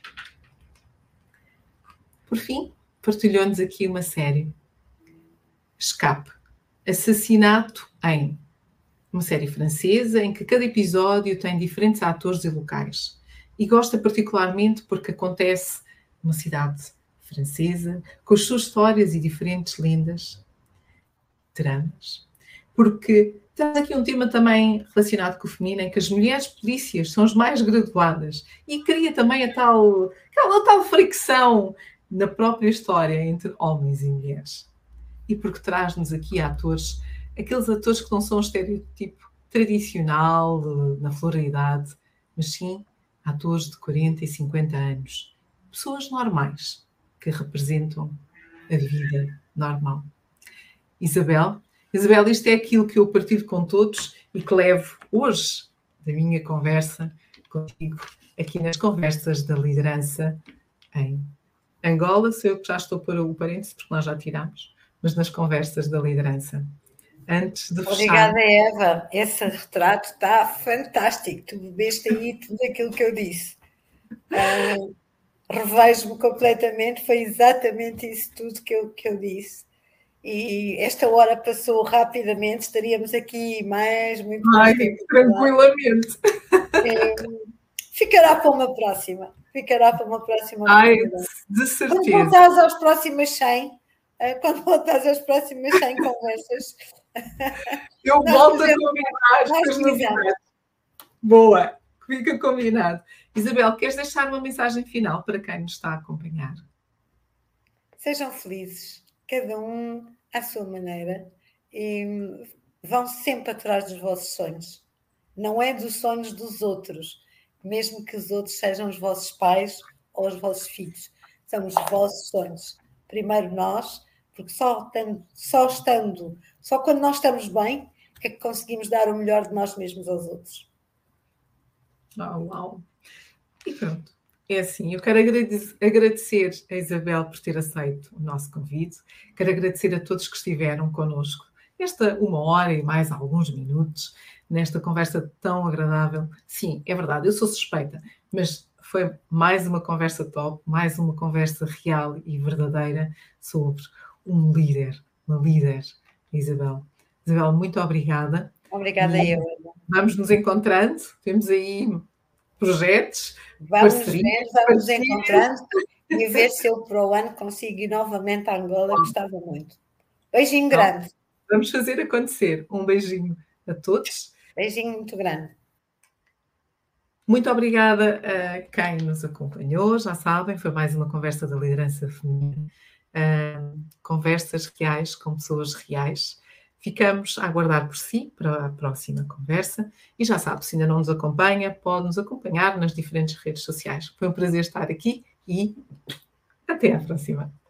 Por fim, partilhou-nos aqui uma série. Escape. Assassinato em uma série francesa em que cada episódio tem diferentes atores e locais. E gosta particularmente porque acontece numa cidade francesa, com as suas histórias e diferentes lendas, dramas. Porque temos aqui um tema também relacionado com o feminino, em que as mulheres polícias são as mais graduadas e cria também aquela tal fricção na própria história entre homens e mulheres. E porque traz-nos aqui atores, aqueles atores que não são um estereotipo tradicional na flor da idade, mas sim atores de 40 e 50 anos. Pessoas normais que representam a vida normal. Isabel, isto é aquilo que eu partilho com todos e que levo hoje da minha conversa contigo aqui nas conversas da liderança em Angola. Sou eu que já estou por o parênteses, porque nós já tirámos, mas nas conversas da liderança. Antes de fechar... Obrigada, Eva. Esse retrato está fantástico. Tu bebeste aí tudo aquilo que eu disse. Revejo-me completamente. Foi exatamente isso tudo que eu disse. E esta hora passou rapidamente. estaríamos aqui muito mais tempo. Tranquilamente. Ficará para uma próxima. De certeza. Quando voltares às próximas 100 conversas... Eu volto a combinar. Boa, fica combinado. Isabel, queres deixar uma mensagem final para quem nos está a acompanhar? Sejam felizes, cada um à sua maneira, e vão sempre atrás dos vossos sonhos. Não é dos sonhos dos outros, mesmo que os outros sejam os vossos pais ou os vossos filhos. São os vossos sonhos. Primeiro nós, porque só quando nós estamos bem é que conseguimos dar o melhor de nós mesmos aos outros. Uau! E pronto, é assim, eu quero agradecer a Isabel por ter aceito o nosso convite, quero agradecer a todos que estiveram connosco esta 1 hora e mais alguns minutos, nesta conversa tão agradável. Sim, é verdade, eu sou suspeita, mas foi mais uma conversa top, mais uma conversa real e verdadeira sobre uma líder, Isabel. Isabel, muito obrigada. Obrigada, eu. Vamos nos encontrando, temos aí projetos, vamos encontrando e ver se eu para o ano consigo ir novamente a Angola, gostava muito. Beijinho grande. Vamos fazer acontecer. Um beijinho a todos. Beijinho muito grande. Muito obrigada a quem nos acompanhou. Já sabem, foi mais uma conversa da liderança feminina. conversas reais com pessoas reais. Ficamos a aguardar por si para a próxima conversa e já sabe, se ainda não nos acompanha, pode nos acompanhar nas diferentes redes sociais. Foi um prazer estar aqui e até à próxima.